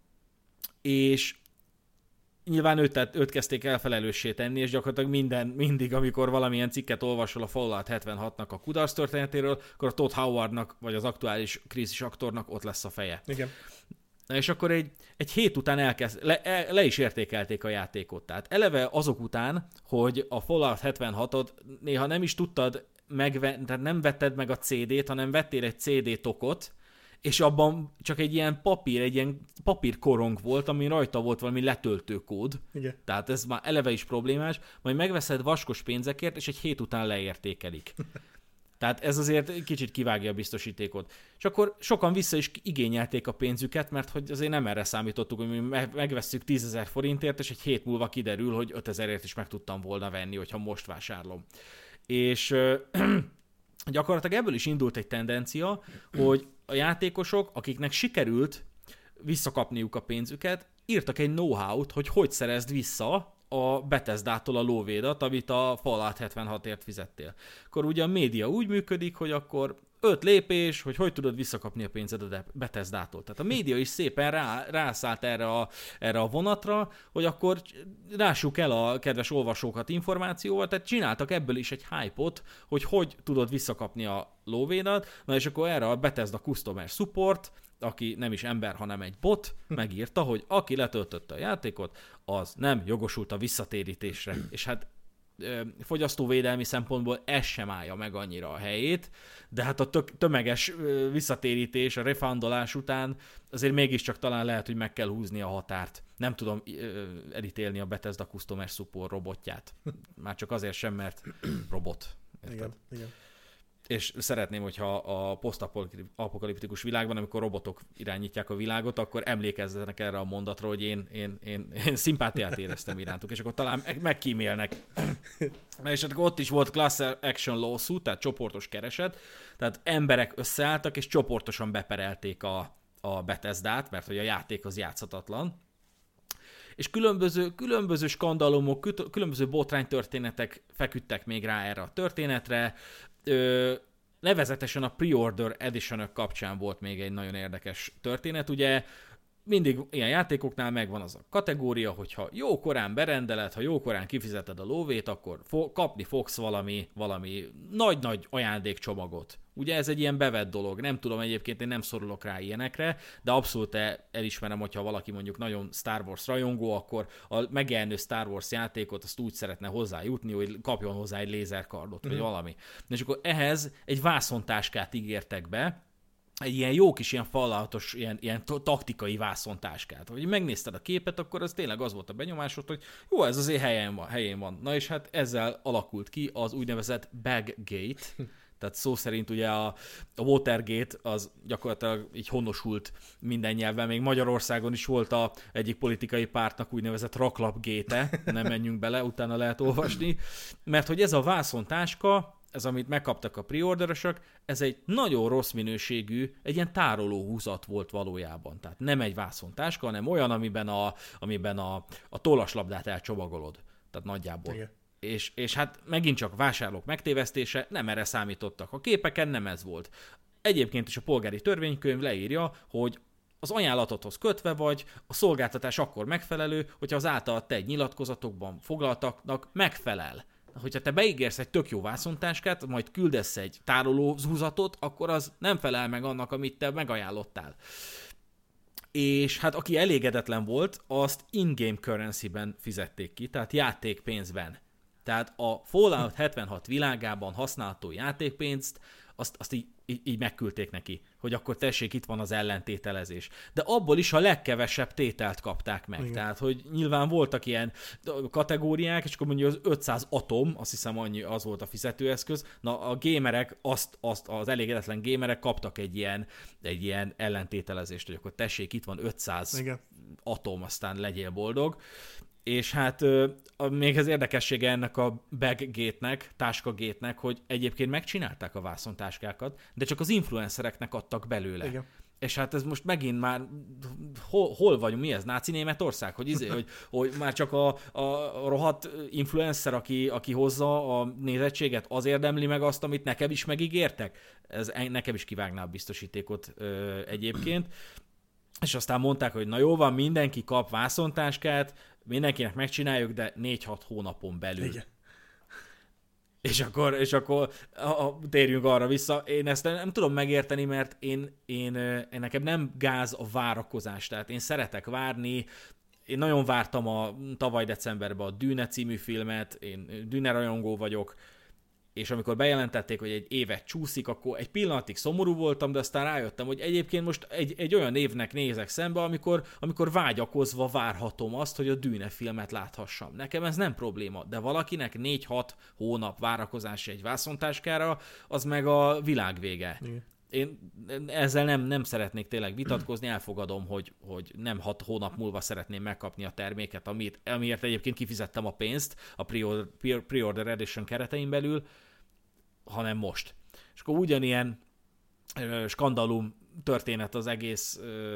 És nyilván őt kezdték el felelőssé tenni, és gyakorlatilag mindig, amikor valamilyen cikket olvasol a Fallout 76-nak a kudarc történetéről, akkor a Todd Howardnak, vagy az aktuális krízis aktornak ott lesz a feje. Igen. Na és akkor egy hét után le is értékelték a játékot. Tehát eleve azok után, hogy a Fallout 76-ot néha nem is tudtad tehát nem vetted meg a CD-t, hanem vettél egy CD-tokot, és abban csak egy ilyen papírkorong volt, ami rajta volt valami letöltőkód. Igen. Tehát ez már eleve is problémás, majd megveszed vaskos pénzekért, és egy hét után leértékelik. Tehát ez azért kicsit kivágja a biztosítékot. És akkor sokan vissza is igényelték a pénzüket, mert hogy azért nem erre számítottuk, hogy mi megvesszük 10 000 forintért, és egy hét múlva kiderül, hogy 5 000-ért is meg tudtam volna venni, hogyha most vásárlom. És gyakorlatilag ebből is indult egy tendencia, hogy a játékosok, akiknek sikerült visszakapniuk a pénzüket, írtak egy know-how-t, hogy szerezd vissza a Bethesdától a lóvédat, amit a Fallout 76-ért fizettél. Akkor ugye a média úgy működik, hogy akkor 5 lépés, hogy tudod visszakapni a pénzed a Bethesdától. Tehát a média is szépen rászállt erre a vonatra, hogy akkor rássuk el a kedves olvasókat információval, tehát csináltak ebből is egy hype-ot, hogy tudod visszakapni a lóvédat, na és akkor erre a Bethesda Customer Support, aki nem is ember, hanem egy bot, megírta, hogy aki letöltötte a játékot, az nem jogosult a visszatérítésre. És hát fogyasztóvédelmi szempontból ez sem állja meg annyira a helyét, de hát a tömeges visszatérítés, a refundolás után azért mégiscsak talán lehet, hogy meg kell húzni a határt. Nem tudom elítélni a Bethesda Customer Support robotját. Már csak azért sem, mert robot. Igen. És szeretném, hogyha a posztapokaliptikus világban, amikor robotok irányítják a világot, akkor emlékezzenek erre a mondatra, hogy én szimpátiát éreztem irántuk, és akkor talán megkímélnek. És akkor ott is volt class action lawsuit, tehát csoportos kereset, tehát emberek összeálltak, és csoportosan beperelték a Bethesdát, mert hogy a játék az játszhatatlan. És különböző skandalumok, különböző botránytörténetek feküdtek még rá erre a történetre. Nevezetesen a Pre-Order Edition-ök kapcsán volt még egy nagyon érdekes történet. Ugye mindig ilyen játékoknál megvan az a kategória, hogyha jókorán berendeled, ha jókorán kifizeted a lóvét, akkor kapni fogsz valami nagy-nagy ajándékcsomagot. Ugye ez egy ilyen bevett dolog, nem tudom, egyébként én nem szorulok rá ilyenekre, de abszolút elismerem, hogyha valaki mondjuk nagyon Star Wars rajongó, akkor a megjelenő Star Wars játékot azt úgy szeretne hozzájutni, hogy kapjon hozzá egy lézerkardot, vagy valami. És akkor ehhez egy vászontáskát ígértek be, egy ilyen jó kis ilyen falloutos, ilyen taktikai vászontáskát. Hogy megnézted a képet, akkor az tényleg az volt a benyomásod, hogy jó, ez azért helyén van. Na és hát ezzel alakult ki az úgynevezett Baggate, tehát szó szerint ugye a Watergate az gyakorlatilag így honosult minden nyelven, még Magyarországon is volt egyik politikai pártnak úgynevezett raklapgéte, nem menjünk bele, utána lehet olvasni, mert hogy ez a vászontáska, ez, amit megkaptak a preorderösök, ez egy nagyon rossz minőségű, egy ilyen tárolóhúzat volt valójában. Tehát nem egy vászontáska, hanem olyan, amiben a tollaslabdát elcsomagolod. Tehát nagyjából. Igen. És hát megint csak vásárlók megtévesztése, nem erre számítottak. A képeken nem ez volt. Egyébként is a polgári törvénykönyv leírja, hogy az ajánlatodhoz kötve vagy, a szolgáltatás akkor megfelelő, hogyha az általad te egy nyilatkozatokban foglaltaknak megfelel. Hogyha te beígérsz egy tök jó vászontáskát, majd küldesz egy tárolóhúzatot, akkor az nem felel meg annak, amit te megajánlottál. És hát aki elégedetlen volt, azt in-game currency-ben fizették ki, tehát játékpénzben. Tehát a Fallout 76 világában használható játékpénzt, azt így megküldték neki, hogy akkor tessék, itt van az ellentételezés. De abból is a legkevesebb tételt kapták meg. Igen. Tehát, hogy nyilván voltak ilyen kategóriák, és akkor mondjuk az 500 atom, azt hiszem az volt a fizetőeszköz, na a gémerek, az elégedetlen gémerek kaptak egy ilyen ellentételezést, hogy akkor tessék, itt van 500 Igen. atom, aztán legyél boldog. És hát még az érdekessége ennek a Baggate-nek, táskagate-nek, hogy egyébként megcsinálták a vászontáskákat, de csak az influencereknek adtak belőle. Igen. És hát ez most megint már, hol vagyunk, mi ez, náci Németország? Hogy már csak a rohadt influencer, aki hozza a nézettséget, az érdemli meg azt, amit nekem is megígértek? Ez nekem is kivágná a biztosítékot egyébként. És aztán mondták, hogy na jó van, mindenki kap vászontáskát, mindenkinek megcsináljuk, de 4-6 hónapon belül. Igen. És akkor térjünk arra vissza. Én ezt nem tudom megérteni, mert én nekem nem gáz a várakozás. Tehát én szeretek várni. Én nagyon vártam tavaly decemberben a Dune című filmet, én Dune rajongó vagyok, és amikor bejelentették, hogy egy évet csúszik, akkor egy pillanatig szomorú voltam, de aztán rájöttem, hogy egyébként most egy olyan évnek nézek szembe, amikor vágyakozva várhatom azt, hogy a Dune filmet láthassam. Nekem ez nem probléma, de valakinek 4-6 hónap várakozása egy vászontáskára, az meg a világ vége. Igen. Én ezzel nem szeretnék tényleg vitatkozni, elfogadom, hogy nem 6 hónap múlva szeretném megkapni a terméket, amiért egyébként kifizettem a pénzt a Pre-Order Edition keretein belül, hanem most. És akkor ugyanilyen skandalum történet az egész,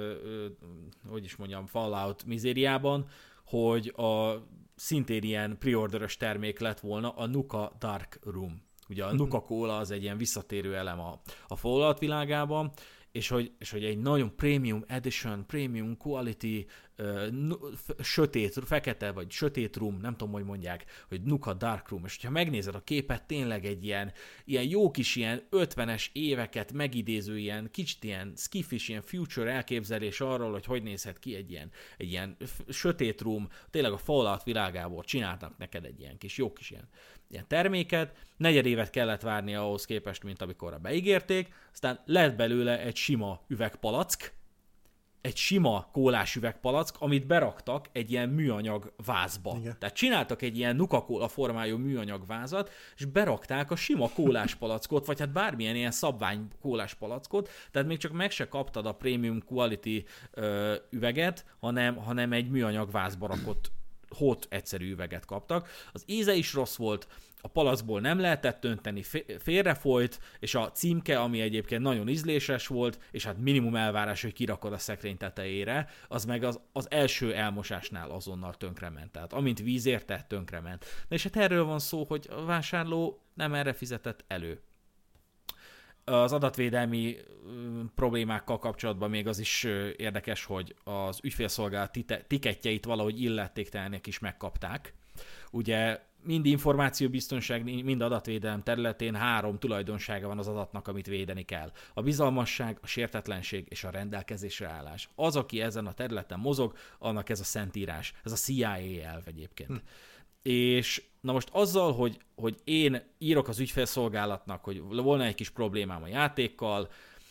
Fallout mizériában, hogy szintén ilyen pre-orderes termék lett volna a Nuka Dark Room. Ugye a Nuka Cola az egy ilyen visszatérő elem a Fallout világában, és hogy egy nagyon premium edition, premium quality, sötét, fekete vagy sötét room, nem tudom, hogy mondják, hogy Nuka Dark Room, és ha megnézed a képet, tényleg egy ilyen jó kis ilyen 50-es éveket megidéző, ilyen kicsit ilyen skiffis, ilyen future elképzelés arról, hogy nézhet ki egy ilyen sötét room, tényleg a Fallout világából csináltak neked egy ilyen kis, jó kis ilyen terméket, 4 évet kellett várni ahhoz képest, mint amikorra beígérték, aztán lett belőle egy sima üvegpalack, egy sima kólás üvegpalack, amit beraktak egy ilyen műanyag vázba. Igen. Tehát csináltak egy ilyen Nuka-Cola formájú műanyag vázat, és berakták a sima kólás palackot, vagy hát bármilyen ilyen szabvány kólás palackot, tehát még csak meg se kaptad a premium quality üveget, hanem egy műanyag vázba rakott hot egyszerű üveget kaptak. Az íze is rossz volt, a palackból nem lehetett önteni, félrefolyt, és a címke, ami egyébként nagyon ízléses volt, és hát minimum elvárás, hogy kirakod a szekrény tetejére, az meg az első elmosásnál azonnal tönkrement. Tehát amint víz érte, tönkrement. De és hát erről van szó, hogy a vásárló nem erre fizetett elő. Az adatvédelmi problémákkal kapcsolatban még az is érdekes, hogy az ügyfélszolgálat tikettjeit valahogy illetéktelenek is megkapták. Ugye mind információbiztonság, mind adatvédelem területén 3 tulajdonsága van az adatnak, amit védeni kell. A bizalmasság, a sértetlenség és a rendelkezésre állás. Az, aki ezen a területen mozog, annak ez a szentírás. Ez a CIA elv egyébként. És na most azzal, hogy én írok az ügyfélszolgálatnak, hogy volna egy kis problémám a játékkal,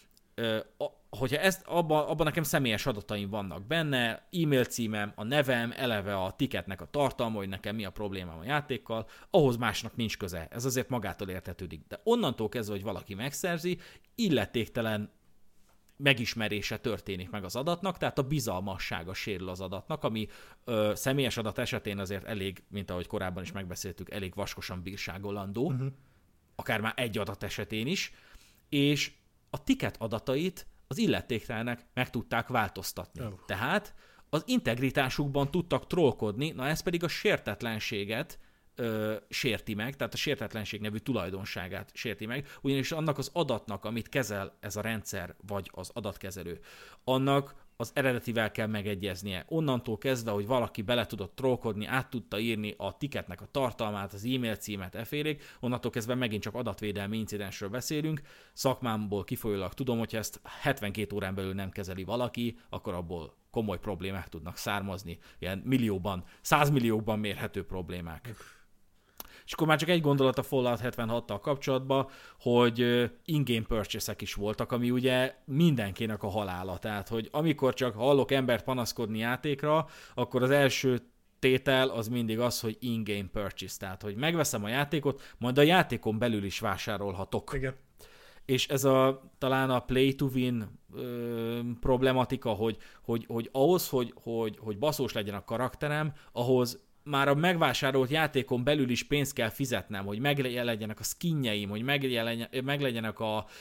hogyha abban nekem személyes adataim vannak benne, e-mail címem, a nevem, eleve a ticketnek a tartalma, hogy nekem mi a problémám a játékkal, ahhoz másnak nincs köze. Ez azért magától értetődik. De onnantól kezdve, hogy valaki megszerzi, illetéktelen megismerése történik meg az adatnak, tehát a bizalmassága sérül az adatnak, ami személyes adat esetén azért elég, mint ahogy korábban is megbeszéltük, elég vaskosan bírságolandó, akár már egy adat esetén is, és a ticket adatait az illetéktelenek meg tudták változtatni. Tehát az integritásukban tudtak trollkodni, na ez pedig a sértetlenséget sérti meg, tehát a sértetlenség nevű tulajdonságát sérti meg, ugyanis annak az adatnak, amit kezel ez a rendszer, vagy az adatkezelő, annak az eredetivel kell megegyeznie. Onnantól kezdve, hogy valaki bele tudott trollkodni, át tudta írni a ticketnek a tartalmát, az e-mail címet efélig, onnantól kezdve megint csak adatvédelmi incidensről beszélünk. Szakmámból kifolyólag tudom, hogy ezt 72 órán belül nem kezeli valaki, akkor abból komoly problémák tudnak származni, ilyen millióban, 100 milliókban mérhető problémák. És akkor már csak egy gondolat a Fallout 76-tal kapcsolatban, hogy in-game purchase-ek is voltak, ami ugye mindenkinek a halála. Tehát, hogy amikor csak hallok embert panaszkodni játékra, akkor az első tétel az mindig az, hogy in-game purchase. Tehát, hogy megveszem a játékot, majd a játékon belül is vásárolhatok. Igen. És ez talán a play to win problematika, hogy ahhoz, hogy baszós legyen a karakterem, ahhoz már a megvásárolt játékon belül is pénzt kell fizetnem, hogy meglegyenek a skinjeim, hogy meglegyenek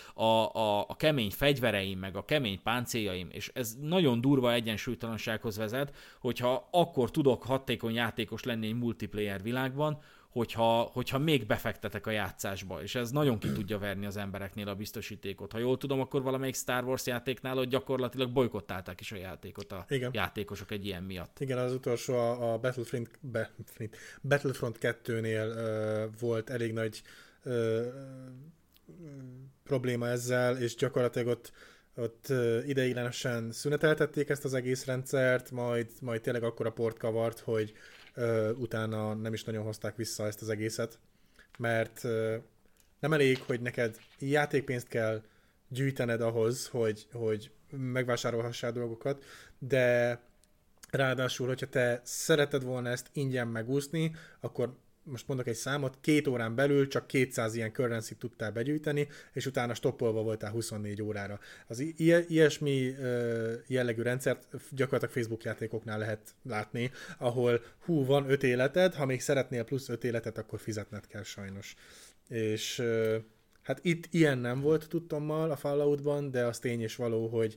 a kemény fegyvereim, meg a kemény páncéljaim, és ez nagyon durva egyensúlytalansághoz vezet, hogyha akkor tudok hatékony játékos lenni egy multiplayer világban, hogyha még befektetek a játszásba, és ez nagyon ki tudja verni az embereknél a biztosítékot. Ha jól tudom, akkor valamelyik Star Wars játéknál ott gyakorlatilag bolykottálták is a játékot a játékosok egy ilyen miatt. Igen, az utolsó a Battlefront 2-nél volt elég nagy probléma ezzel, és gyakorlatilag ott ideiglenesen szüneteltették ezt az egész rendszert, majd tényleg akkora port kavart, hogy utána nem is nagyon hozták vissza ezt az egészet, mert nem elég, hogy neked játékpénzt kell gyűjtened ahhoz, hogy megvásárolhassál dolgokat, de ráadásul, hogyha te szereted volna ezt ingyen megúszni, akkor most mondok egy számot, 2 órán belül csak 200 ilyen currency-t tudtál begyűjteni, és utána stoppolva voltál 24 órára. Az ilyesmi jellegű rendszert gyakorlatilag Facebook játékoknál lehet látni, ahol van 5 életed, ha még szeretnél plusz 5 életet, akkor fizetned kell sajnos. És hát itt ilyen nem volt tudtommal a Falloutban, de az tény és való, hogy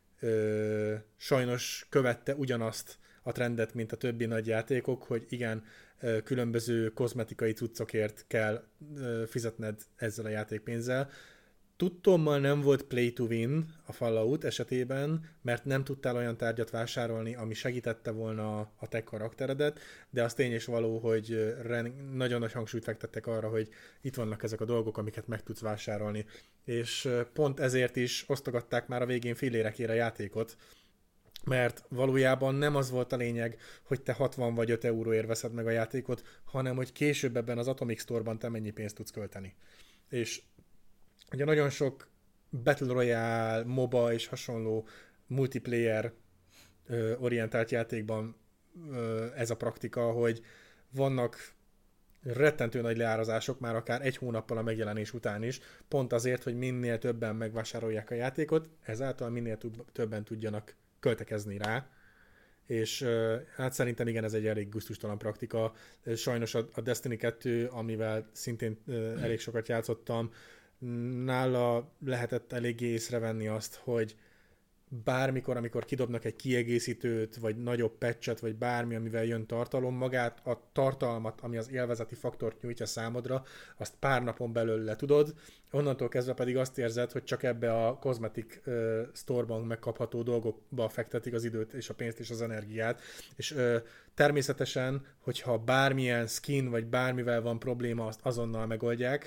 sajnos követte ugyanazt a trendet, mint a többi nagy játékok, hogy igen, különböző kozmetikai cuccokért kell fizetned ezzel a játékpénzzel. Tudtommal nem volt play to win a Fallout esetében, mert nem tudtál olyan tárgyat vásárolni, ami segítette volna a te karakteredet, de az tény és való, hogy nagyon nagy hangsúlyt fektettek arra, hogy itt vannak ezek a dolgok, amiket meg tudsz vásárolni. És pont ezért is osztogatták már a végén fillérekére a játékot, mert valójában nem az volt a lényeg, hogy te 60 vagy 5 euróért veszed meg a játékot, hanem hogy később ebben az Atomic Store-ban te mennyi pénzt tudsz költeni. És ugye nagyon sok Battle Royale, MOBA és hasonló multiplayer orientált játékban ez a praktika, hogy vannak rettentő nagy leárazások, már akár 1 hónappal a megjelenés után is, pont azért, hogy minél többen megvásárolják a játékot, ezáltal minél többen tudjanak költekezni rá, és hát szerintem igen, ez egy elég gusztustalan praktika. Sajnos a Destiny 2, amivel szintén elég sokat játszottam, nála lehetett eléggé észrevenni azt, hogy bármikor, amikor kidobnak egy kiegészítőt, vagy nagyobb patchet, vagy bármi, amivel jön tartalom, magát a tartalmat, ami az élvezeti faktort nyújtja számodra, azt pár napon belül le tudod, onnantól kezdve pedig azt érzed, hogy csak ebbe a cosmetic store-ban megkapható dolgokba fektetik az időt és a pénzt és az energiát, és természetesen, hogyha bármilyen skin vagy bármivel van probléma, azt azonnal megoldják.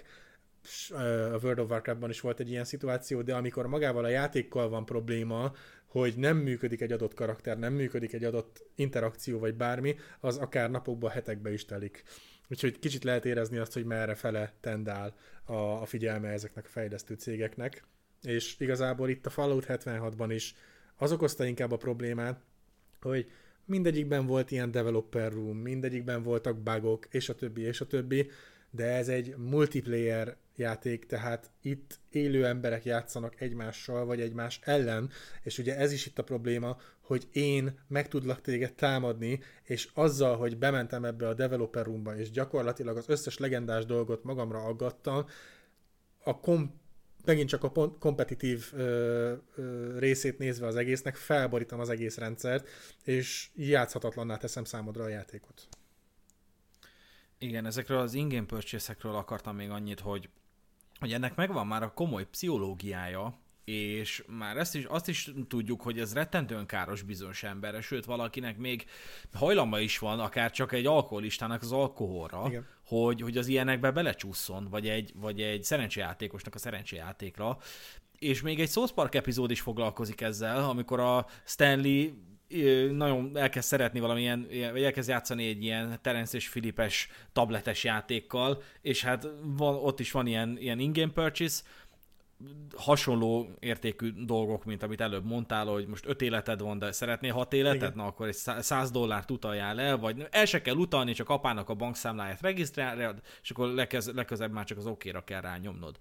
A World of Warcraftban is volt egy ilyen szituáció, de amikor magával a játékkal van probléma, hogy nem működik egy adott karakter, nem működik egy adott interakció vagy bármi, az akár napokba, hetekbe is telik. Úgyhogy kicsit lehet érezni azt, hogy merre fele tendál a figyelme ezeknek a fejlesztő cégeknek. És igazából itt a Fallout 76-ban is az okozta inkább a problémát, hogy mindegyikben volt ilyen developer room, mindegyikben voltak bugok, és a többi, de ez egy multiplayer játék, tehát itt élő emberek játszanak egymással, vagy egymás ellen, és ugye ez is itt a probléma, hogy én meg tudlak téged támadni, és azzal, hogy bementem ebbe a developer roomba, és gyakorlatilag az összes legendás dolgot magamra aggattam, megint csak a kompetitív részét nézve az egésznek, felborítom az egész rendszert, és játszhatatlanná teszem számodra a játékot. Igen, ezekről az in-game purchase-ekről akartam még annyit, hogy ennek megvan már a komoly pszichológiája, és már azt is tudjuk, hogy ez rettentően káros bizonyos emberre, sőt valakinek még hajlama is van, akár csak egy alkoholistának az alkoholra, hogy az ilyenekbe belecsúszson, vagy egy szerencsejátékosnak a szerencsejátékra. És még egy South Park epizód is foglalkozik ezzel, amikor a Stanley nagyon elkezd szeretni valamilyen, vagy elkezd játszani egy ilyen Terence és Philipes tabletes játékkal, és hát ott is van ilyen in-game purchase, hasonló értékű dolgok, mint amit előbb mondtál, hogy most 5 életed van, de szeretnél 6 életed? Igen. Na akkor egy $100 utaljál el, vagy el se kell utalni, csak apának a bankszámláját regisztrálod, és akkor legközebb már csak az okéra kell rányomnod.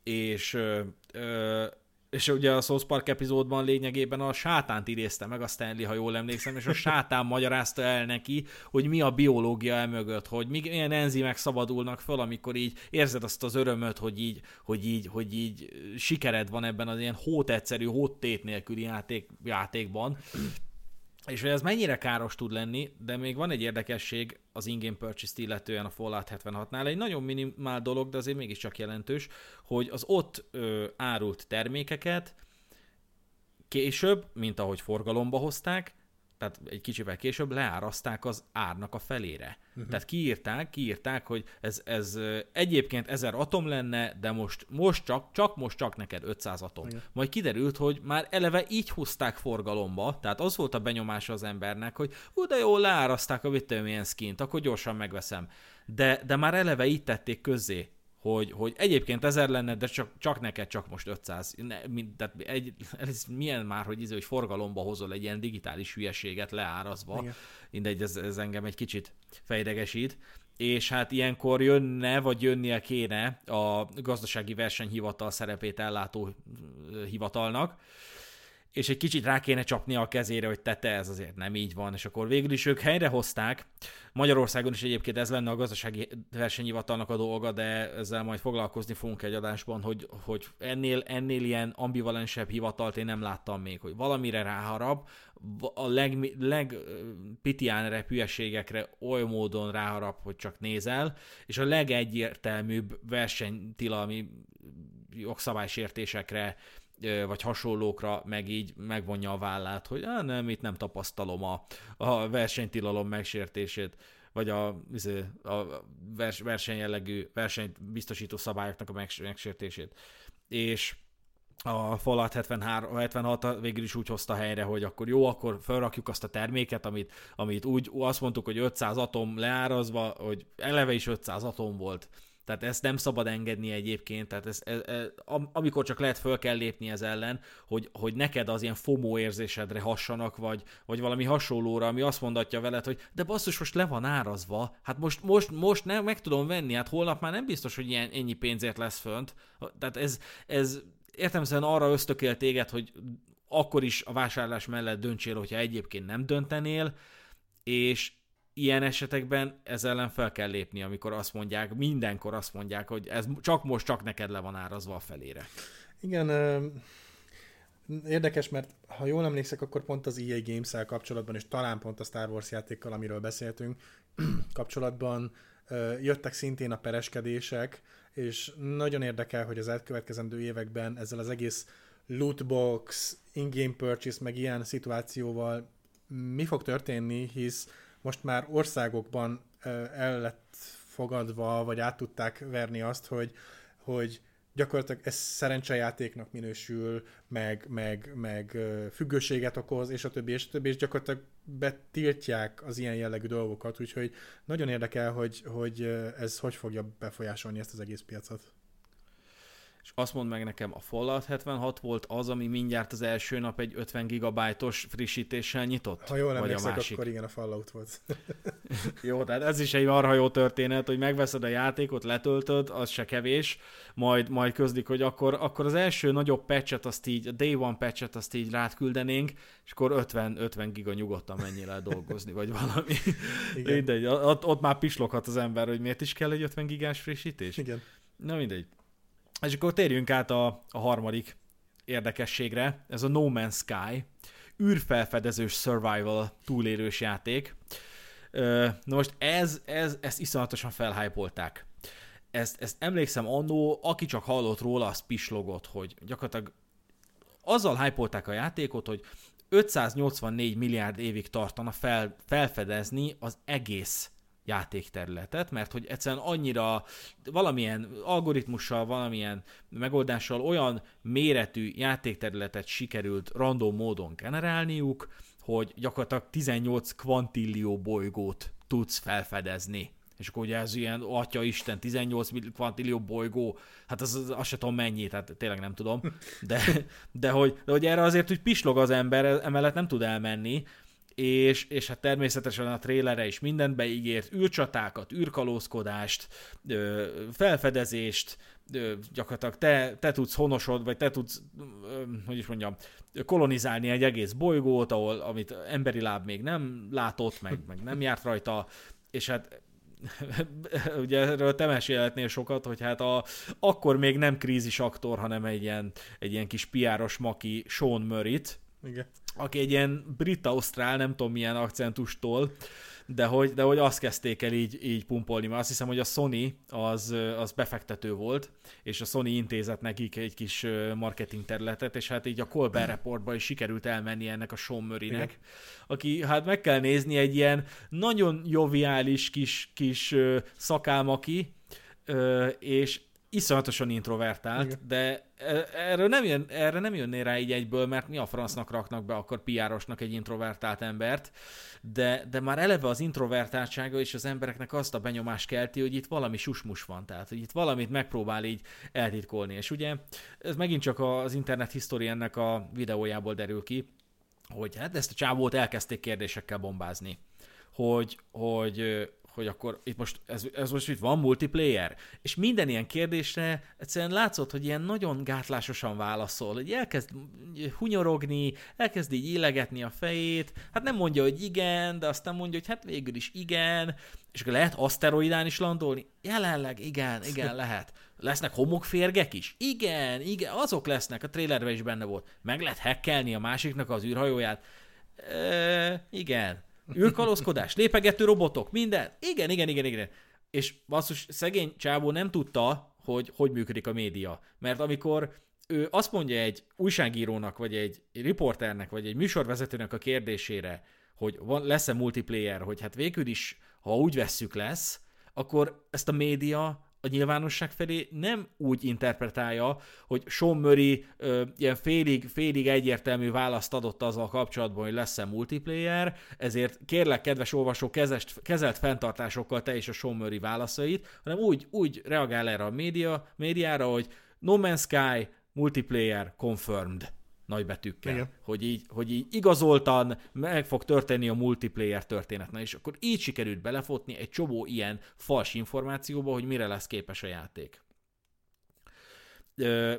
És ugye a South Park epizódban lényegében a sátánt idézte meg a Stanley, ha jól emlékszem, és a sátán magyarázta el neki, hogy mi a biológia emögött, hogy milyen enzimek szabadulnak föl, amikor így érzed azt az örömöt, hogy így sikered van ebben az ilyen hótegyszerű, hóttét nélküli játékban. És hogy ez mennyire káros tud lenni, de még van egy érdekesség az in-game purchase-t illetően a Fallout 76-nál. Egy nagyon minimál dolog, de azért mégiscsak jelentős, hogy az ott árult termékeket később, mint ahogy forgalomba hozták, tehát egy kicsivel később leárazták az árnak a felére. Tehát kiírták, hogy ez egyébként 1000 atom lenne, de most csak neked 500 atom. Igen. Majd kiderült, hogy már eleve így hozták forgalomba, tehát az volt a benyomása az embernek, hogy de jó, leárazták a milyen skint, akkor gyorsan megveszem. De már eleve így tették közzé, hogy egyébként 1000 lenne, de csak neked csak most 500. Ez milyen már, hogy forgalomba hozol egy ilyen digitális hülyeséget leárazva. Mindegy, ez engem egy kicsit fejdegesít. És hát ilyenkor jönnie kéne a gazdasági versenyhivatal szerepét ellátó hivatalnak, és egy kicsit rá kéne csapni a kezére, hogy te ez azért nem így van, és akkor végül is ők helyrehozták. Magyarországon is egyébként ez lenne a gazdasági versenyhivatalnak a dolga, de ezzel majd foglalkozni fogunk egy adásban, hogy ennél ilyen ambivalensebb hivatalt én nem láttam még, hogy valamire ráharap, a legpitiánere hülyeségekre oly módon ráharap, hogy csak nézel, és a legegyértelműbb versenytilalmi jogszabálysértésekre vagy hasonlókra meg így megvonja a vállát, hogy nem, itt nem tapasztalom a versenytilalom megsértését, vagy a versenyjellegű, versenyt biztosító szabályoknak a megsértését. És a Fallout 76 végül is úgy hozta helyre, hogy akkor jó, akkor felrakjuk azt a terméket, amit úgy azt mondtuk, hogy 500 atom leárazva, hogy eleve is 500 atom volt. Tehát ezt nem szabad engedni egyébként, tehát amikor csak lehet, föl kell lépni ez ellen, hogy neked az ilyen FOMO érzésedre hassanak, vagy valami hasonlóra, ami azt mondatja veled, hogy de basszus, most le van árazva, hát most nem meg tudom venni, hát holnap már nem biztos, hogy ennyi pénzért lesz fönt. Tehát ez értelemszerűen arra ösztökél téged, hogy akkor is a vásárlás mellett döntsél, hogyha egyébként nem döntenél, és ilyen esetekben ezzel ellen fel kell lépni, amikor mindenkor azt mondják, hogy ez csak neked le van árazva a felére. Igen, Érdekes, mert ha jól emlékszek, akkor pont az EA Games-el kapcsolatban, és talán pont a Star Wars játékkal, amiről beszéltünk, kapcsolatban jöttek szintén a pereskedések, és nagyon érdekel, hogy az elkövetkezendő években ezzel az egész lootbox, in-game purchase, meg ilyen szituációval mi fog történni, hisz most már országokban el lett fogadva, vagy át tudták verni azt, hogy gyakorlatilag ez szerencsejátéknak minősül, meg függőséget okoz, és a többi, és gyakorlatilag betiltják az ilyen jellegű dolgokat, úgyhogy nagyon érdekel, hogy ez hogy fogja befolyásolni ezt az egész piacot. És azt mondd meg nekem, a Fallout 76 volt az, ami mindjárt az első nap egy 50 gigabájtos frissítéssel nyitott? Ha jól emlékszek, akkor igen, a Fallout volt. Jó, tehát ez is egy marha jó történet, hogy megveszed a játékot, letöltöd, az se kevés, majd közlik, hogy akkor az első nagyobb patchet, azt így, a Day One patchet, azt így rád küldenénk, és akkor 50 giga nyugodtan menjél el dolgozni, vagy valami. Mindegy, ott már pisloghat az ember, hogy miért is kell egy 50 gigás frissítés. Igen. Na mindegy. És akkor térjünk át a harmadik érdekességre, ez a No Man's Sky, űrfelfedezős survival túlélős játék. Na most ezt iszonyatosan felhypolták. Ezt emlékszem annó, aki csak hallott róla, az pislogott, hogy gyakorlatilag azzal hypolták a játékot, hogy 584 milliárd évig tartana felfedezni az egész játékterületet, mert hogy egyszerűen annyira valamilyen algoritmussal, valamilyen megoldással olyan méretű játékterületet sikerült random módon generálniuk, hogy gyakorlatilag 18 kvantillió bolygót tudsz felfedezni. És akkor ugye ez ilyen, atya Isten, 18 kvantillió bolygó, hát az se tudom mennyi, tehát tényleg nem tudom, de hogy erre azért úgy pislog az ember, emellett nem tud elmenni, és hát természetesen a trélere is mindent beígért, űrcsatákat, űrkalózkodást, felfedezést, gyakorlatilag te tudsz honosod, vagy te tudsz, hogy is mondjam, kolonizálni egy egész bolygót, amit emberi láb még nem látott, meg nem járt rajta, és hát ugye erről te mesélhetnél sokat, hogy hát akkor még nem krízisaktor, hanem egy ilyen kis piáros maki Sean Murray-t, igen, aki egy ilyen brit-ausztrál, nem tudom milyen akcentustól, de hogy azt kezdték el így pumpolni, mert azt hiszem, hogy a Sony az befektető volt, és a Sony intézett nekik egy kis marketing területet, és hát így a Colbert Reportba is sikerült elmenni ennek a Sean Murray-nek, aki hát meg kell nézni egy ilyen nagyon joviális kis szakálmaki, és iszonyatosan introvertált, igen. De erre nem jönnél rá így egyből, mert mi a francnak raknak be akkor PR-osnak egy introvertált embert, de már eleve az introvertáltsága és az embereknek azt a benyomást kelti, hogy itt valami susmus van, tehát hogy itt valamit megpróbál így eltitkolni, és ugye ez megint csak az Internet History ennek a videójából derül ki, hogy hát ezt a csávót elkezdték kérdésekkel bombázni, hogy akkor itt most, ez most itt van multiplayer, és minden ilyen kérdésre egyszerűen látszott, hogy ilyen nagyon gátlásosan válaszol, hogy elkezd hunyorogni, elkezd így illegetni a fejét, hát nem mondja, hogy igen, de aztán mondja, hogy hát végül is igen, és akkor lehet aszteroidán is landolni? Jelenleg igen, lehet. Lesznek homokférgek is? Igen, azok lesznek, a trailerben is benne volt. Meg lehet hackelni a másiknak az űrhajóját? Igen. űrkalózkodás, lépegető robotok, minden. Igen. És basszus, szegény csávó nem tudta, hogy működik a média. Mert amikor ő azt mondja egy újságírónak, vagy egy riporternek, vagy egy műsorvezetőnek a kérdésére, hogy lesz-e multiplayer, hogy hát végül is, ha úgy vesszük lesz, akkor ezt a média a nyilvánosság felé nem úgy interpretálja, hogy Sean Murray ilyen félig egyértelmű választ adott azzal kapcsolatban, hogy lesz-e multiplayer, ezért kérlek, kedves olvasó, kezelt fenntartásokkal te is a Sean Murray válaszait, hanem úgy reagál erre a médiára, hogy No Man's Sky multiplayer confirmed nagybetűkkel, hogy így igazoltan meg fog történni a multiplayer történet. Na és akkor így sikerült belefotni egy csomó ilyen fals információba, hogy mire lesz képes a játék.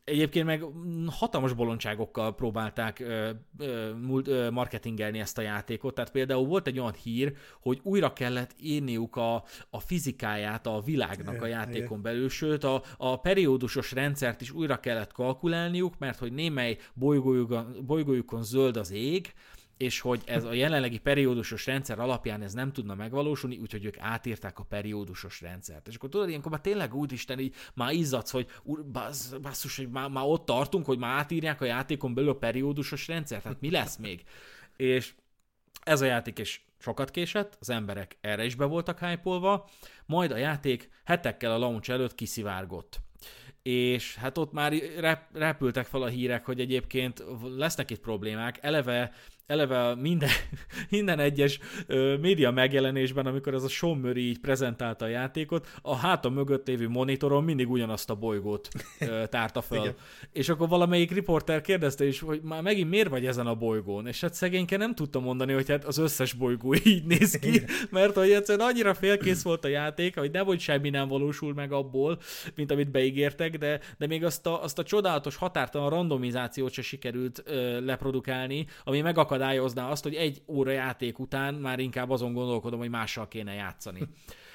Egyébként meg hatalmas bolondságokkal próbálták marketingelni ezt a játékot, tehát például volt egy olyan hír, hogy újra kellett írniuk a fizikáját a világnak a játékon belül, sőt a periódusos rendszert is újra kellett kalkulálniuk, mert hogy némely bolygójukon zöld az ég, és hogy ez a jelenlegi periódusos rendszer alapján ez nem tudna megvalósulni, úgyhogy ők átírták a periódusos rendszert. És akkor tudod, ilyenkor már tényleg úristen, így már izzadsz, hogy basszus, hogy már ott tartunk, hogy már átírják a játékon belül a periódusos rendszert, hát mi lesz még? És ez a játék is sokat késett, az emberek erre is be voltak hype-olva, majd a játék hetekkel a launch előtt kiszivárgott. És hát ott már repültek fel a hírek, hogy egyébként lesznek itt problémák, eleve minden egyes média megjelenésben, amikor ez a Sean Murray így prezentálta a játékot, a hátam mögött lévő monitoron mindig ugyanazt a bolygót tárta fel. És akkor valamelyik riporter kérdezte is, hogy már megint miért vagy ezen a bolygón? És hát szegényke nem tudta mondani, hogy hát az összes bolygó így néz ki, mert hogy egyszerűen annyira félkész volt a játék, hogy nehogy semmi nem valósul meg abból, mint amit beígértek, de még azt a csodálatos határtalan randomizációt se sikerült leprodukálni, ami megakadályozná azt, hogy 1 óra játék után már inkább azon gondolkodom, hogy mással kéne játszani.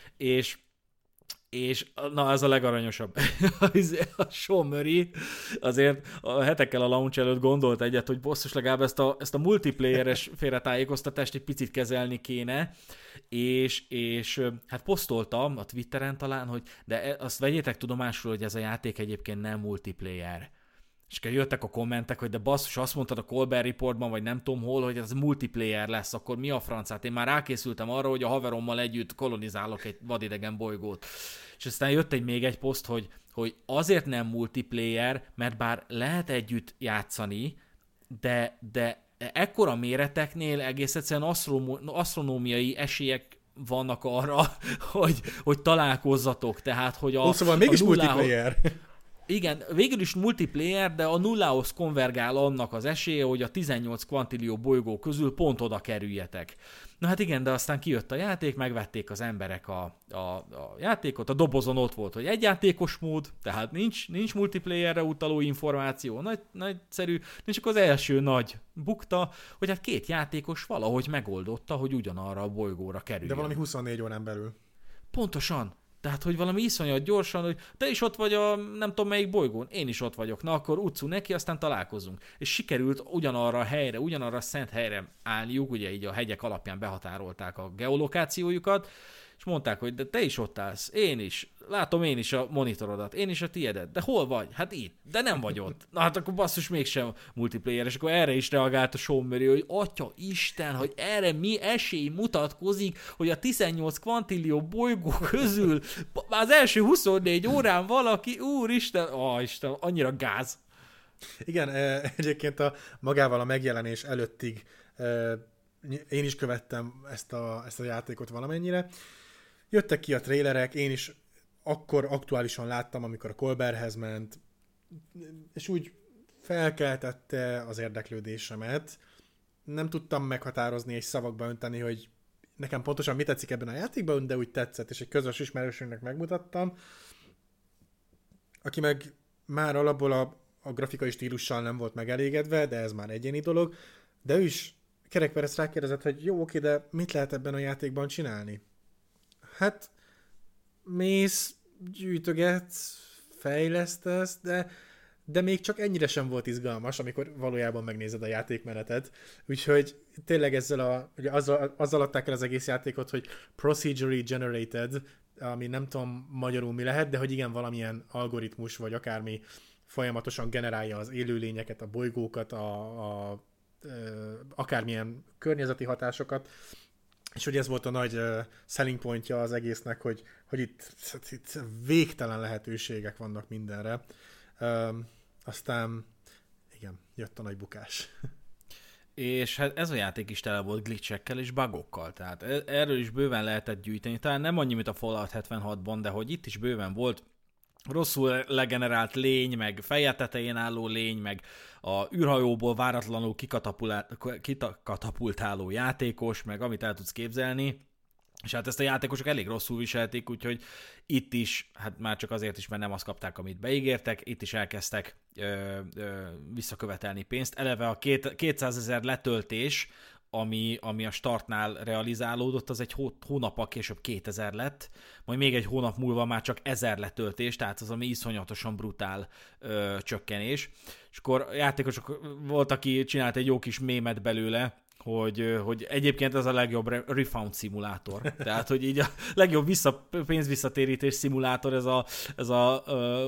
És na, ez a legaranyosabb. A Sean Murray azért a hetekkel a launch előtt gondolt egyet, hogy bosszus, legalább ezt a multiplayeres félretájékoztatást egy picit kezelni kéne, és hát posztoltam a Twitteren talán, hogy de azt vegyétek tudomásul, hogy ez a játék egyébként nem multiplayer. És jöttek a kommentek, hogy de basszus, azt mondtad a Colbert Reportban, vagy nem tudom hol, hogy ez multiplayer lesz, akkor mi a francát? Én már rákészültem arra, hogy a haverommal együtt kolonizálok egy vadidegen bolygót. És aztán jött még egy poszt, hogy azért nem multiplayer, mert bár lehet együtt játszani, de ekkora méreteknél egész egyszerűen asztronómiai esélyek vannak arra, hogy találkozzatok. Tehát, hogy szóval mégis multiplayer. Igen, végül is multiplayer, de a nullához konvergál annak az esélye, hogy a 18 kvantillió bolygó közül pont oda kerüljetek. Na hát igen, de aztán kijött a játék, megvették az emberek a játékot, a dobozon ott volt, hogy egyjátékos mód, tehát nincs multiplayerre utaló információ, nagyszerű, és csak az első nagy bukta, hogy hát 2 játékos valahogy megoldotta, hogy ugyanarra a bolygóra kerüljön. De valami 24 órán belül. Pontosan. Tehát, hogy valami iszonyat gyorsan, hogy te is ott vagy a nem tudom melyik bolygón, én is ott vagyok, na akkor utcú neki, aztán találkozunk. És sikerült ugyanarra a helyre, ugyanarra a szent helyre állniuk, ugye így a hegyek alapján behatárolták a geolokációjukat, és mondták, hogy de te is ott állsz, én is, látom én is a monitorodat, én is a tiédet, de hol vagy? Hát itt, de nem vagy ott. Na hát akkor basszus mégsem multiplayer, és akkor erre is reagált a Sean Murray, hogy atya Isten, hogy erre mi esély mutatkozik, hogy a 18 kvantillió bolygó közül az első 24 órán valaki, úristen, Isten, annyira gáz. Igen, egyébként magával a megjelenés előttig én is követtem ezt a játékot valamennyire. Jöttek ki a trélerek, én is akkor aktuálisan láttam, amikor a Colberthez ment, és úgy felkeltette az érdeklődésemet. Nem tudtam meghatározni és szavakba önteni, hogy nekem pontosan mi tetszik ebben a játékban, de úgy tetszett, és egy közös ismerősünknek megmutattam, aki meg már alapból a grafikai stílussal nem volt megelégedve, de ez már egyéni dolog, de ő is Kerekperec rákérdezett, hogy jó, oké, de mit lehet ebben a játékban csinálni? Hát, mész, gyűjtögetsz, fejlesztesz, de még csak ennyire sem volt izgalmas, amikor valójában megnézed a játékmenetet. Úgyhogy tényleg ugye azzal adták el az egész játékot, hogy procedurally generated, ami nem tudom magyarul mi lehet, de hogy igen, valamilyen algoritmus, vagy akármi folyamatosan generálja az élőlényeket, a bolygókat, akármilyen környezeti hatásokat, és hogy ez volt a nagy selling pointja az egésznek, hogy itt végtelen lehetőségek vannak mindenre. Aztán igen, jött a nagy bukás. És hát ez a játék is tele volt glitchekkel és bugokkal, tehát erről is bőven lehetett gyűjteni, talán nem annyi, mint a Fallout 76-ban, de hogy itt is bőven volt rosszul legenerált lény, meg feje tetején álló lény, meg a űrhajóból váratlanul kikatapultáló játékos, meg amit el tudsz képzelni. És hát ezt a játékosok elég rosszul viselték, úgyhogy itt is, hát már csak azért is, mert nem azt kapták, amit beígértek, itt is elkezdtek visszakövetelni pénzt. Eleve a 200 000 letöltés, ami a startnál realizálódott, az egy hónappal később 2000 lett, majd még egy hónap múlva már csak 1000 letöltés, tehát az, ami iszonyatosan brutál csökkenés. És akkor a játékosok volt, aki csinált egy jó kis mémet belőle, hogy egyébként ez a legjobb refund szimulátor. Tehát, hogy így a legjobb pénzvisszatérítés szimulátor, ez a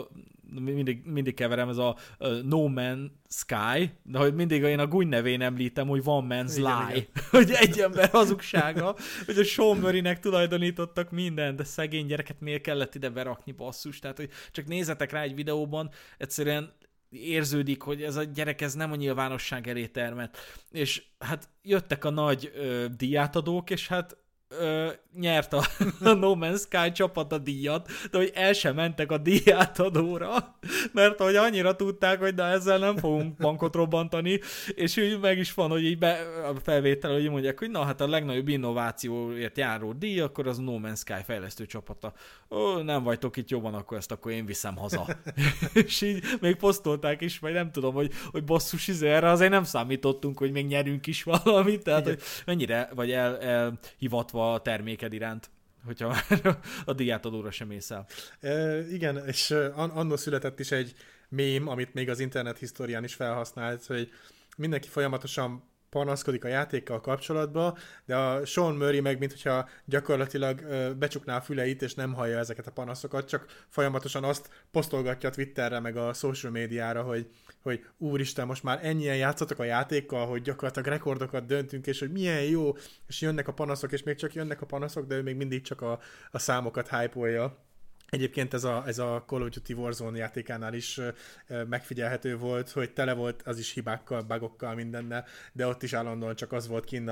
mindig keverem, ez a No Man's Sky, de hogy mindig én a gúny nevén említem, hogy One Man's Lie, igen. Hogy egy ember hazugsága, hogy a Sean Murraynek tulajdonítottak mindent, de szegény gyereket miért kellett ide berakni, basszus, tehát, hogy csak nézzetek rá egy videóban, egyszerűen érződik, hogy ez a gyerek ez nem a nyilvánosság elé termett. És hát jöttek a nagy díjátadók, és hát nyert a No Man's Sky csapat a díjat, de hogy el sem mentek a díjátadóra, mert hogy annyira tudták, hogy de ezzel nem fogunk bankot robbantani, és úgy meg is van, hogy így a felvétel, hogy mondják, hogy na hát a legnagyobb innovációért járó díj, akkor az No Man's Sky fejlesztő csapata. Nem vagytok itt jobban, akkor én viszem haza. És így még posztolták is, vagy nem tudom, hogy basszus, erre azért nem számítottunk, hogy még nyerünk is valamit, tehát hogy mennyire vagy elhivatva a terméked iránt, hogyha már a díjátadóra sem mész el. Igen, és anno született is egy mém, amit még az internet historián is felhasznált, hogy mindenki folyamatosan panaszkodik a játékkal kapcsolatban, de a Sean Murray meg, mintha gyakorlatilag becsukná a füleit, és nem hallja ezeket a panaszokat, csak folyamatosan azt posztolgatja a Twitterre, meg a social médiára, hogy úristen, most már ennyien játszatok a játékkal, hogy gyakorlatilag rekordokat döntünk, és hogy milyen jó, és jönnek a panaszok, és még csak jönnek a panaszok, de ő még mindig csak a számokat hype-olja. Egyébként ez a Call of Duty Warzone játékánál is megfigyelhető volt, hogy tele volt az is hibákkal, bugokkal, mindennel, de ott is állandóan csak az volt kinn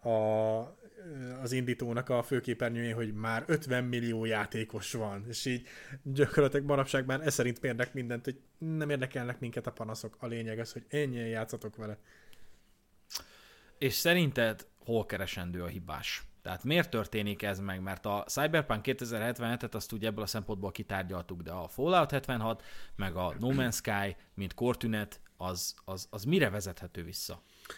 az indítónak a főképernyőjén, hogy már 50 millió játékos van, és így gyakorlatilag manapság már ez szerint mérnek mindent, hogy nem érdekelnek minket a panaszok. A lényeg az, hogy ennyien játszatok vele. És szerinted hol keresendő a hibás? Tehát miért történik ez meg? Mert a Cyberpunk 2077-et azt ugye ebből a szempontból kitárgyaltuk, de a Fallout 76, meg a No Man's Sky, mint kortünet, az mire vezethető vissza?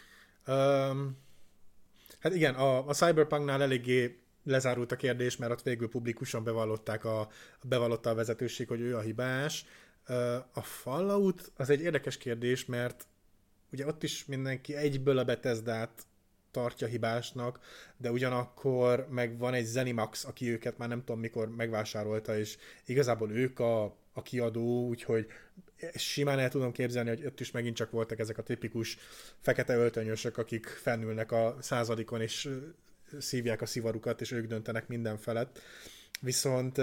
Hát igen, a Cyberpunknál eléggé lezárult a kérdés, mert ott végül publikusan bevallotta a vezetőség, hogy ő a hibás. A Fallout az egy érdekes kérdés, mert ugye ott is mindenki egyből a Bethesdát tartja hibásnak, de ugyanakkor meg van egy Zenimax, aki őket már nem tudom mikor megvásárolta, és igazából ők a kiadó, úgyhogy simán el tudom képzelni, hogy ott is megint csak voltak ezek a tipikus fekete öltönyösök, akik fennülnek a századikon, és szívják a szivarukat, és ők döntenek minden felett. Viszont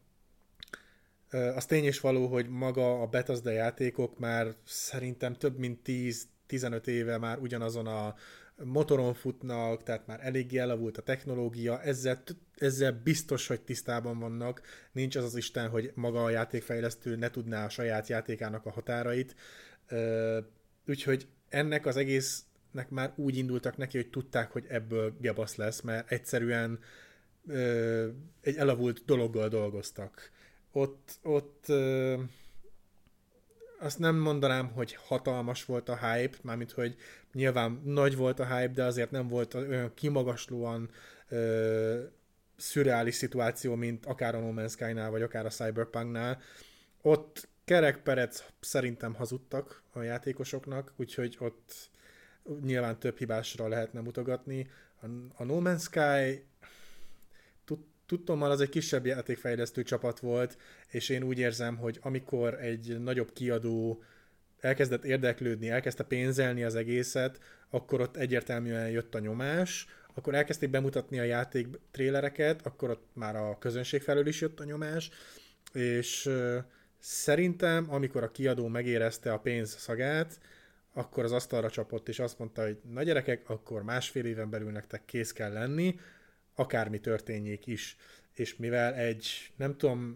az tény és való, hogy maga a Bethesda játékok már szerintem több mint 10-15 éve már ugyanazon a motoron futnak, tehát már eléggé elavult a technológia, ezzel biztos, hogy tisztában vannak, nincs az Isten, hogy maga a játékfejlesztő ne tudná a saját játékának a határait, úgyhogy ennek az egésznek már úgy indultak neki, hogy tudták, hogy ebből gebasz lesz, mert egyszerűen egy elavult dologgal dolgoztak. Ott azt nem mondanám, hogy hatalmas volt a hype, mármint, hogy nyilván nagy volt a hype, de azért nem volt olyan kimagaslóan szürreális szituáció, mint akár a No Man's Sky-nál, vagy akár a Cyberpunknál. Ott kerekperec szerintem hazudtak a játékosoknak, úgyhogy ott nyilván több hibásra lehetne mutogatni. A No Man's Sky tudtommal az egy kisebb játékfejlesztő csapat volt, és én úgy érzem, hogy amikor egy nagyobb kiadó elkezdett érdeklődni, elkezdte pénzelni az egészet, akkor ott egyértelműen jött a nyomás, akkor elkezdték bemutatni a játék trélereket, akkor ott már a közönség felől is jött a nyomás, és szerintem, amikor a kiadó megérezte a pénz szagát, akkor az asztalra csapott, és azt mondta, hogy na gyerekek, akkor másfél éven belül nektek kész kell lenni, akármi történjék is. És mivel nem tudom,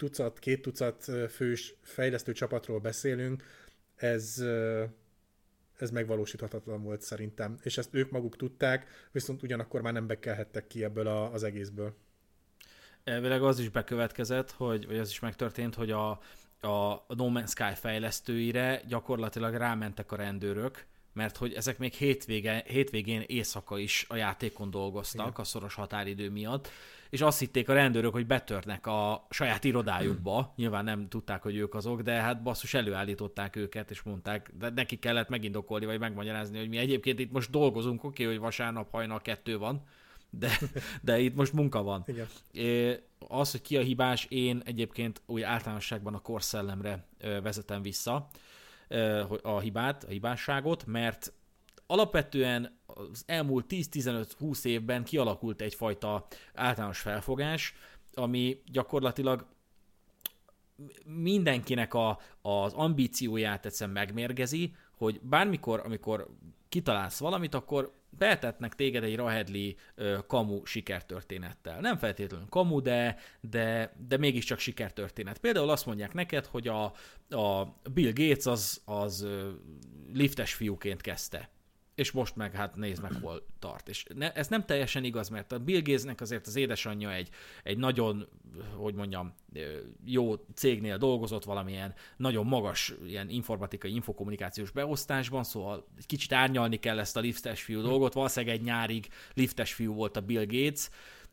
2 tucat fős fejlesztő csapatról beszélünk, ez ez megvalósíthatatlan volt szerintem. És ezt ők maguk tudták, viszont ugyanakkor már nem bekelhettek ki ebből az egészből. Elvileg az is bekövetkezett, vagy az is megtörtént, hogy a No Man's Sky fejlesztőire gyakorlatilag rámentek a rendőrök, mert hogy ezek még hétvégén éjszaka is a játékon dolgoztak, igen, a szoros határidő miatt, és azt hitték a rendőrök, hogy betörnek a saját irodájukba, nyilván nem tudták, hogy ők azok, de hát basszus, előállították őket, és mondták, de neki kellett megindokolni, vagy megmagyarázni, hogy mi egyébként itt most dolgozunk, oké, hogy vasárnap hajnal 2 van, de itt most munka van. Igen. Az, hogy ki a hibás, én egyébként úgy általánosságban a korszellemre vezetem vissza a hibásságot, mert alapvetően az elmúlt 10-15-20 évben kialakult egyfajta általános felfogás, ami gyakorlatilag mindenkinek az ambícióját egyszerűen megmérgezi, hogy bármikor, amikor kitalálsz valamit, akkor betetnek téged egy Rahedli kamu sikertörténettel. Nem feltétlenül kamu, de mégiscsak sikertörténet. Például azt mondják neked, hogy a Bill Gates az liftes fiúként kezdte. És most meg, hát nézd meg, hol tart. És ez nem teljesen igaz, mert a Bill Gatesnek azért az édesanyja egy nagyon, hogy mondjam, jó cégnél dolgozott valamilyen nagyon magas ilyen informatikai, infokommunikációs beosztásban, szóval egy kicsit árnyalni kell ezt a liftes fiú dolgot. Valószínűleg egy nyárig liftes fiú volt a Bill Gates,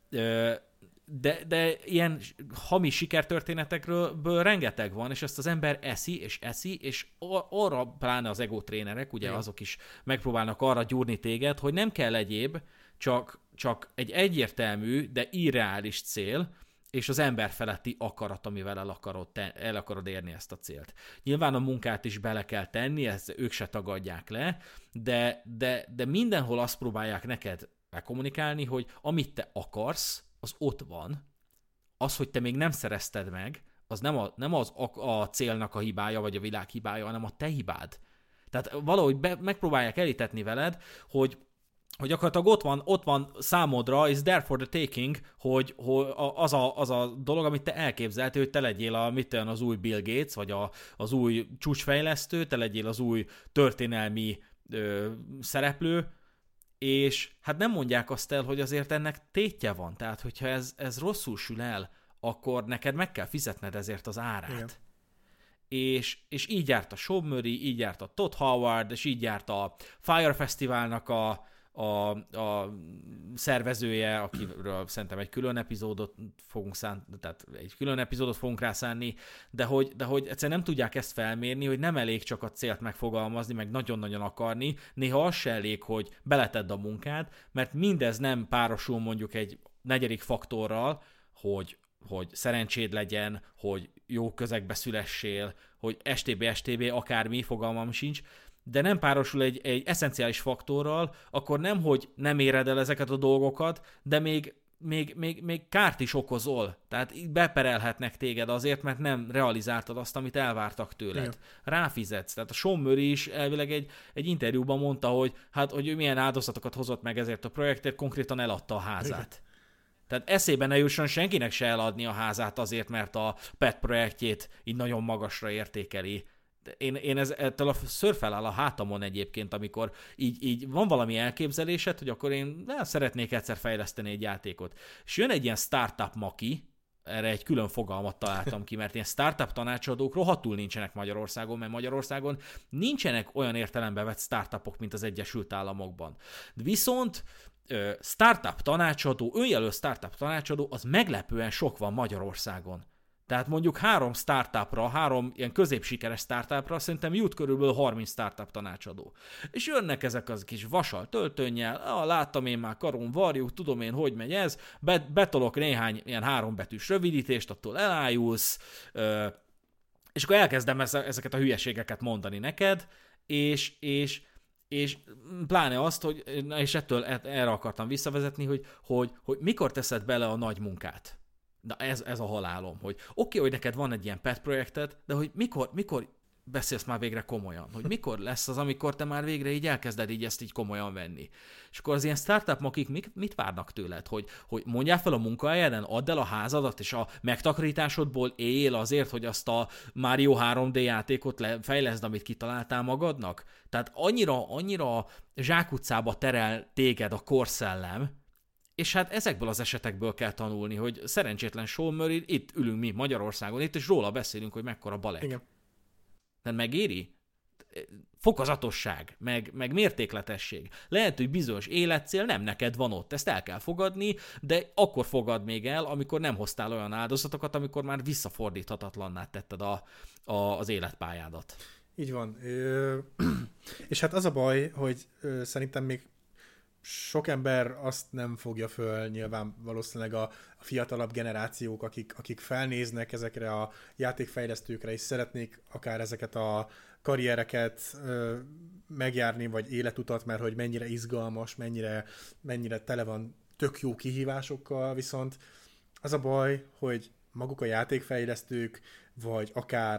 de ilyen hamis sikertörténetekből rengeteg van, és ezt az ember eszi, és arra pláne az ego trénerek, ugye azok is megpróbálnak arra gyúrni téged, hogy nem kell egyéb, csak egy egyértelmű, de irreális cél, és az ember feletti akarat, amivel el akarod érni ezt a célt. Nyilván a munkát is bele kell tenni, ezt ők se tagadják le, de mindenhol azt próbálják neked kommunikálni, hogy amit te akarsz, az ott van. Az, hogy te még nem szerezted meg, az nem a célnak a hibája, vagy a világ hibája, hanem a te hibád. Tehát valahogy megpróbálják elhitetni veled, hogy gyakorlatilag ott van számodra, is there for the taking, hogy az a dolog, amit te elképzeltél, hogy te legyél az új Bill Gates, vagy az új csúcsfejlesztő, te legyél az új történelmi szereplő, és hát nem mondják azt el, hogy azért ennek tétje van. Tehát, hogyha ez rosszul sül el, akkor neked meg kell fizetned ezért az árát. Igen. És így járt a Sean Murray, így járt a Todd Howard, és így járt a Fire Festivalnak a szervezője, akiről szerintem egy külön epizódot fogunk rászánni, de hogy egyszerűen nem tudják ezt felmérni, hogy nem elég csak a célt megfogalmazni, meg nagyon-nagyon akarni, néha az se elég, hogy beletedd a munkád, mert mindez nem párosul mondjuk egy 4. faktorral, hogy szerencséd legyen, hogy jó közegbe szülessél, hogy STB, akármi, fogalmam sincs, de nem párosul egy eszenciális faktorral, akkor nem, hogy nem éred el ezeket a dolgokat, de még kárt is okozol. Tehát beperelhetnek téged azért, mert nem realizáltad azt, amit elvártak tőled. Igen. Ráfizetsz. Tehát a Sean Murray is elvileg egy interjúban mondta, hogy ő milyen áldozatokat hozott meg ezért a projektért, konkrétan eladta a házát. Igen. Tehát eszébe ne jusson senkinek se eladni a házát azért, mert a pet projektjét így nagyon magasra értékeli. Én ettől szörfel áll a hátamon egyébként, amikor így van valami elképzelésed, hogy akkor én szeretnék egyszer fejleszteni egy játékot. És jön egy ilyen startup maki, erre egy külön fogalmat találtam ki, mert ilyen startup tanácsadók rohadtul nincsenek Magyarországon, mert Magyarországon nincsenek olyan értelembe vett startupok, mint az Egyesült Államokban. Viszont startup tanácsadó, önjelölt startup tanácsadó, az meglepően sok van Magyarországon. Tehát mondjuk 3 ilyen középsikeres startupra szerintem jut körülbelül 30 startup tanácsadó. És jönnek ezek az kis vasal töltönnyel, láttam én már karon varjuk, tudom én, hogy megy ez, betolok néhány ilyen 3 betűs rövidítést, attól elájulsz, és akkor elkezdem ezeket a hülyeségeket mondani neked, és pláne azt, hogy, és erre akartam visszavezetni, hogy mikor teszed bele a nagy munkát. Na ez a halálom, hogy oké, hogy neked van egy ilyen pet projekted, de hogy mikor beszélsz már végre komolyan? Hogy mikor lesz az, amikor te már végre így elkezded így ezt így komolyan venni? És akkor az ilyen startup makik mit várnak tőled? Hogy mondjál fel a munkahelyeden, add el a házadat, és a megtakarításodból él azért, hogy azt a Mario 3D játékot fejleszd, amit kitaláltál magadnak? Tehát annyira zsákutcába terel téged a korszellem, és hát ezekből az esetekből kell tanulni, hogy szerencsétlen Sean Murray, itt ülünk mi Magyarországon, itt, és róla beszélünk, hogy mekkora balek. Igen. Tehát megéri? Fokozatosság, meg mértékletesség. Lehet, hogy bizonyos életcél nem neked van ott, ezt el kell fogadni, de akkor fogad még el, amikor nem hoztál olyan áldozatokat, amikor már visszafordíthatatlanná tetted az életpályádat. Így van. És hát az a baj, hogy szerintem még sok ember azt nem fogja föl, nyilván valószínűleg a fiatalabb generációk, akik felnéznek ezekre a játékfejlesztőkre, és szeretnék akár ezeket a karriereket megjárni, vagy életutat, mert hogy mennyire izgalmas, mennyire tele van tök jó kihívásokkal, viszont az a baj, hogy maguk a játékfejlesztők, vagy akár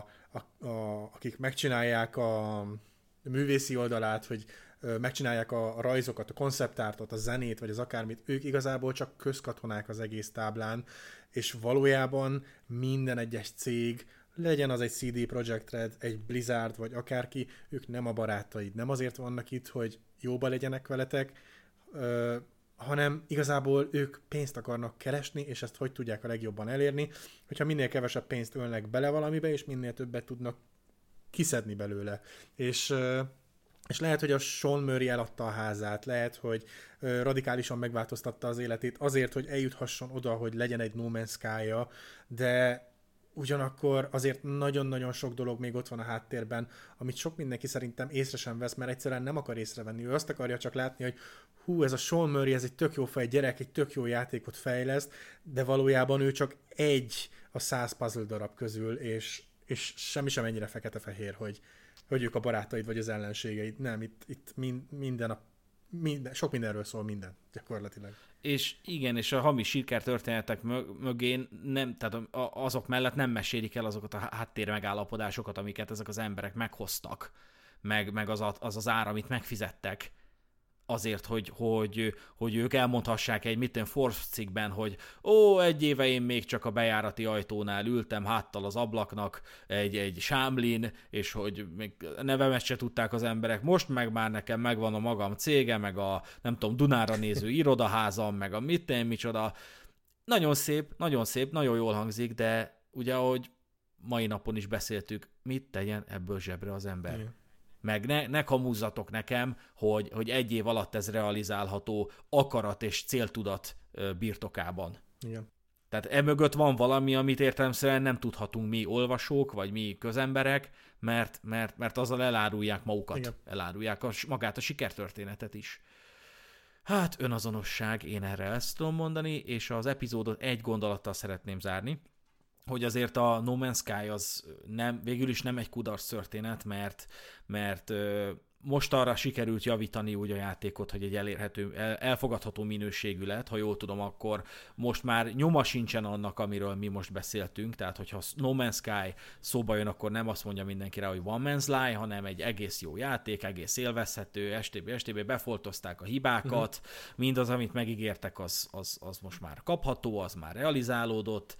akik megcsinálják a művészi oldalát, hogy megcsinálják a rajzokat, a konceptártot, a zenét, vagy az akármit, ők igazából csak közkatonák az egész táblán, és valójában minden egyes cég, legyen az egy CD Projekt Red, egy Blizzard, vagy akárki, ők nem a barátaid. Nem azért vannak itt, hogy jóba legyenek veletek, hanem igazából ők pénzt akarnak keresni, és ezt hogy tudják a legjobban elérni, hogyha minél kevesebb pénzt ölnek bele valamibe, és minél többet tudnak kiszedni belőle. És lehet, hogy a Sean Murray eladta a házát, lehet, hogy radikálisan megváltoztatta az életét azért, hogy eljuthasson oda, hogy legyen egy No Man's Sky-ja, de ugyanakkor azért nagyon-nagyon sok dolog még ott van a háttérben, amit sok mindenki szerintem észre sem vesz, mert egyszerűen nem akar észrevenni. Ő azt akarja csak látni, hogy ez a Sean Murray, ez egy tök jó fej gyerek, egy tök jó játékot fejleszt, de valójában ő csak egy a 100 puzzle darab közül, és semmi sem ennyire fekete-fehér, hogy ők a barátaid vagy az ellenségeid. Nem, itt minden, sok mindenről szól minden, gyakorlatilag. És igen, és a hamis sikertörténetek mögén nem, tehát azok mellett nem mesélik el azokat a háttér megállapodásokat, amiket ezek az emberek meghoztak, meg az ár, amit megfizettek azért, hogy ők elmondhassák egy Forbes cikkben, hogy egy éve én még csak a bejárati ajtónál ültem háttal az ablaknak egy sámlin, és hogy még nevemet se tudták az emberek, most meg már nekem megvan a magam cége, meg a nem tudom, Dunára néző irodaházam, meg a micsoda. Nagyon szép, nagyon jól hangzik, de ugye ahogy mai napon is beszéltük, mit tegyen ebből zsebre az ember? Igen. Meg ne kamuzzatok nekem, hogy egy év alatt ez realizálható akarat és céltudat birtokában. Igen. Tehát emögött van valami, amit értelemszerűen nem tudhatunk mi olvasók, vagy mi közemberek, mert azzal elárulják magukat. Igen. Elárulják magát a sikertörténetet is. Hát önazonosság, én erre ezt tudom mondani, és az epizódot egy gondolattal szeretném zárni, hogy azért a No Man's Sky az végül is nem egy kudarc történet, mert most arra sikerült javítani úgy a játékot, hogy egy elfogadható minőségű lett, ha jól tudom, akkor most már nyoma sincsen annak, amiről mi most beszéltünk, tehát hogyha No Man's Sky szóba jön, akkor nem azt mondja mindenki rá, hogy One Man's Lie, hanem egy egész jó játék, egész élvezhető, STB befoltozták a hibákat, mindaz, amit megígértek, az most már kapható, az már realizálódott,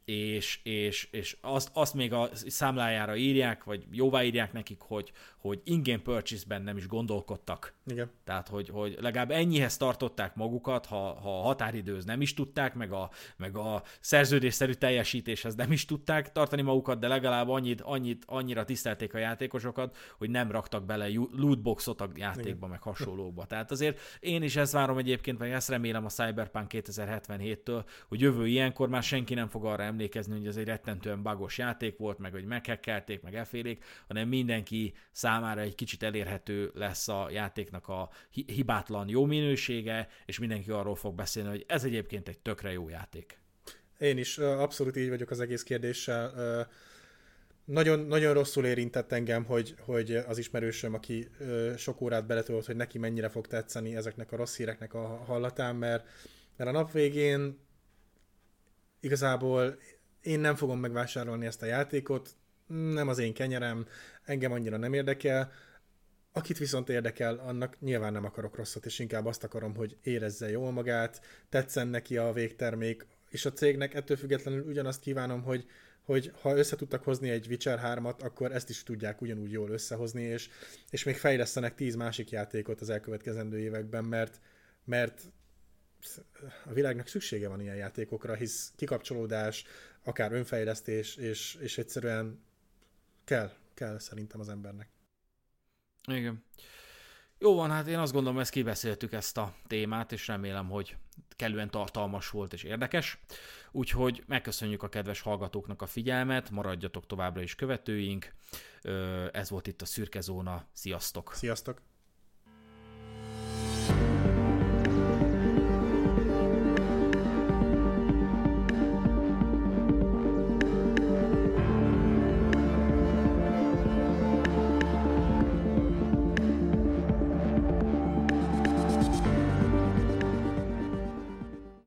és azt még a számlájára írják, vagy jóváírják nekik, hogy in-game purchase-ben nem is gondolkodtak. Igen. Tehát, hogy legalább ennyihez tartották magukat, ha a határidőhöz nem is tudták, meg a szerződésszerű teljesítéshez nem is tudták tartani magukat, de legalább annyira tisztelték a játékosokat, hogy nem raktak bele lootboxot a játékba, igen, meg hasonlókba. Tehát azért én is ezt várom egyébként, meg ezt remélem a Cyberpunk 2077-től, hogy jövő ilyenkor már senki nem fog arra emlékezni, hogy ez egy rettentően bugos játék volt, meg hogy meghekkelték, meg elfélék, hanem mindenki számára egy kicsit elérhető lesz a játéknak a hibátlan jó minősége, és mindenki arról fog beszélni, hogy ez egyébként egy tökre jó játék. Én is abszolút így vagyok az egész kérdéssel. Nagyon, nagyon rosszul érintett engem, hogy az ismerősöm, aki sok órát beletölt, hogy neki mennyire fog tetszeni ezeknek a rossz híreknek a hallatán, mert a nap végén igazából én nem fogom megvásárolni ezt a játékot, nem az én kenyerem, engem annyira nem érdekel. Akit viszont érdekel, annak nyilván nem akarok rosszat, és inkább azt akarom, hogy érezze jól magát, tetszen neki a végtermék, és a cégnek ettől függetlenül ugyanazt kívánom, hogy ha össze tudtak hozni egy Witcher 3-at, akkor ezt is tudják ugyanúgy jól összehozni, és még fejlesztenek 10 másik játékot az elkövetkezendő években, mert a világnak szüksége van ilyen játékokra, hisz kikapcsolódás, akár önfejlesztés, és egyszerűen kell szerintem az embernek. Igen. Jó van, hát én azt gondolom, ezt kibeszéltük ezt a témát, és remélem, hogy kellően tartalmas volt és érdekes. Úgyhogy megköszönjük a kedves hallgatóknak a figyelmet, maradjatok továbbra is követőink. Ez volt itt a Szürke Zóna. Sziasztok! Sziasztok!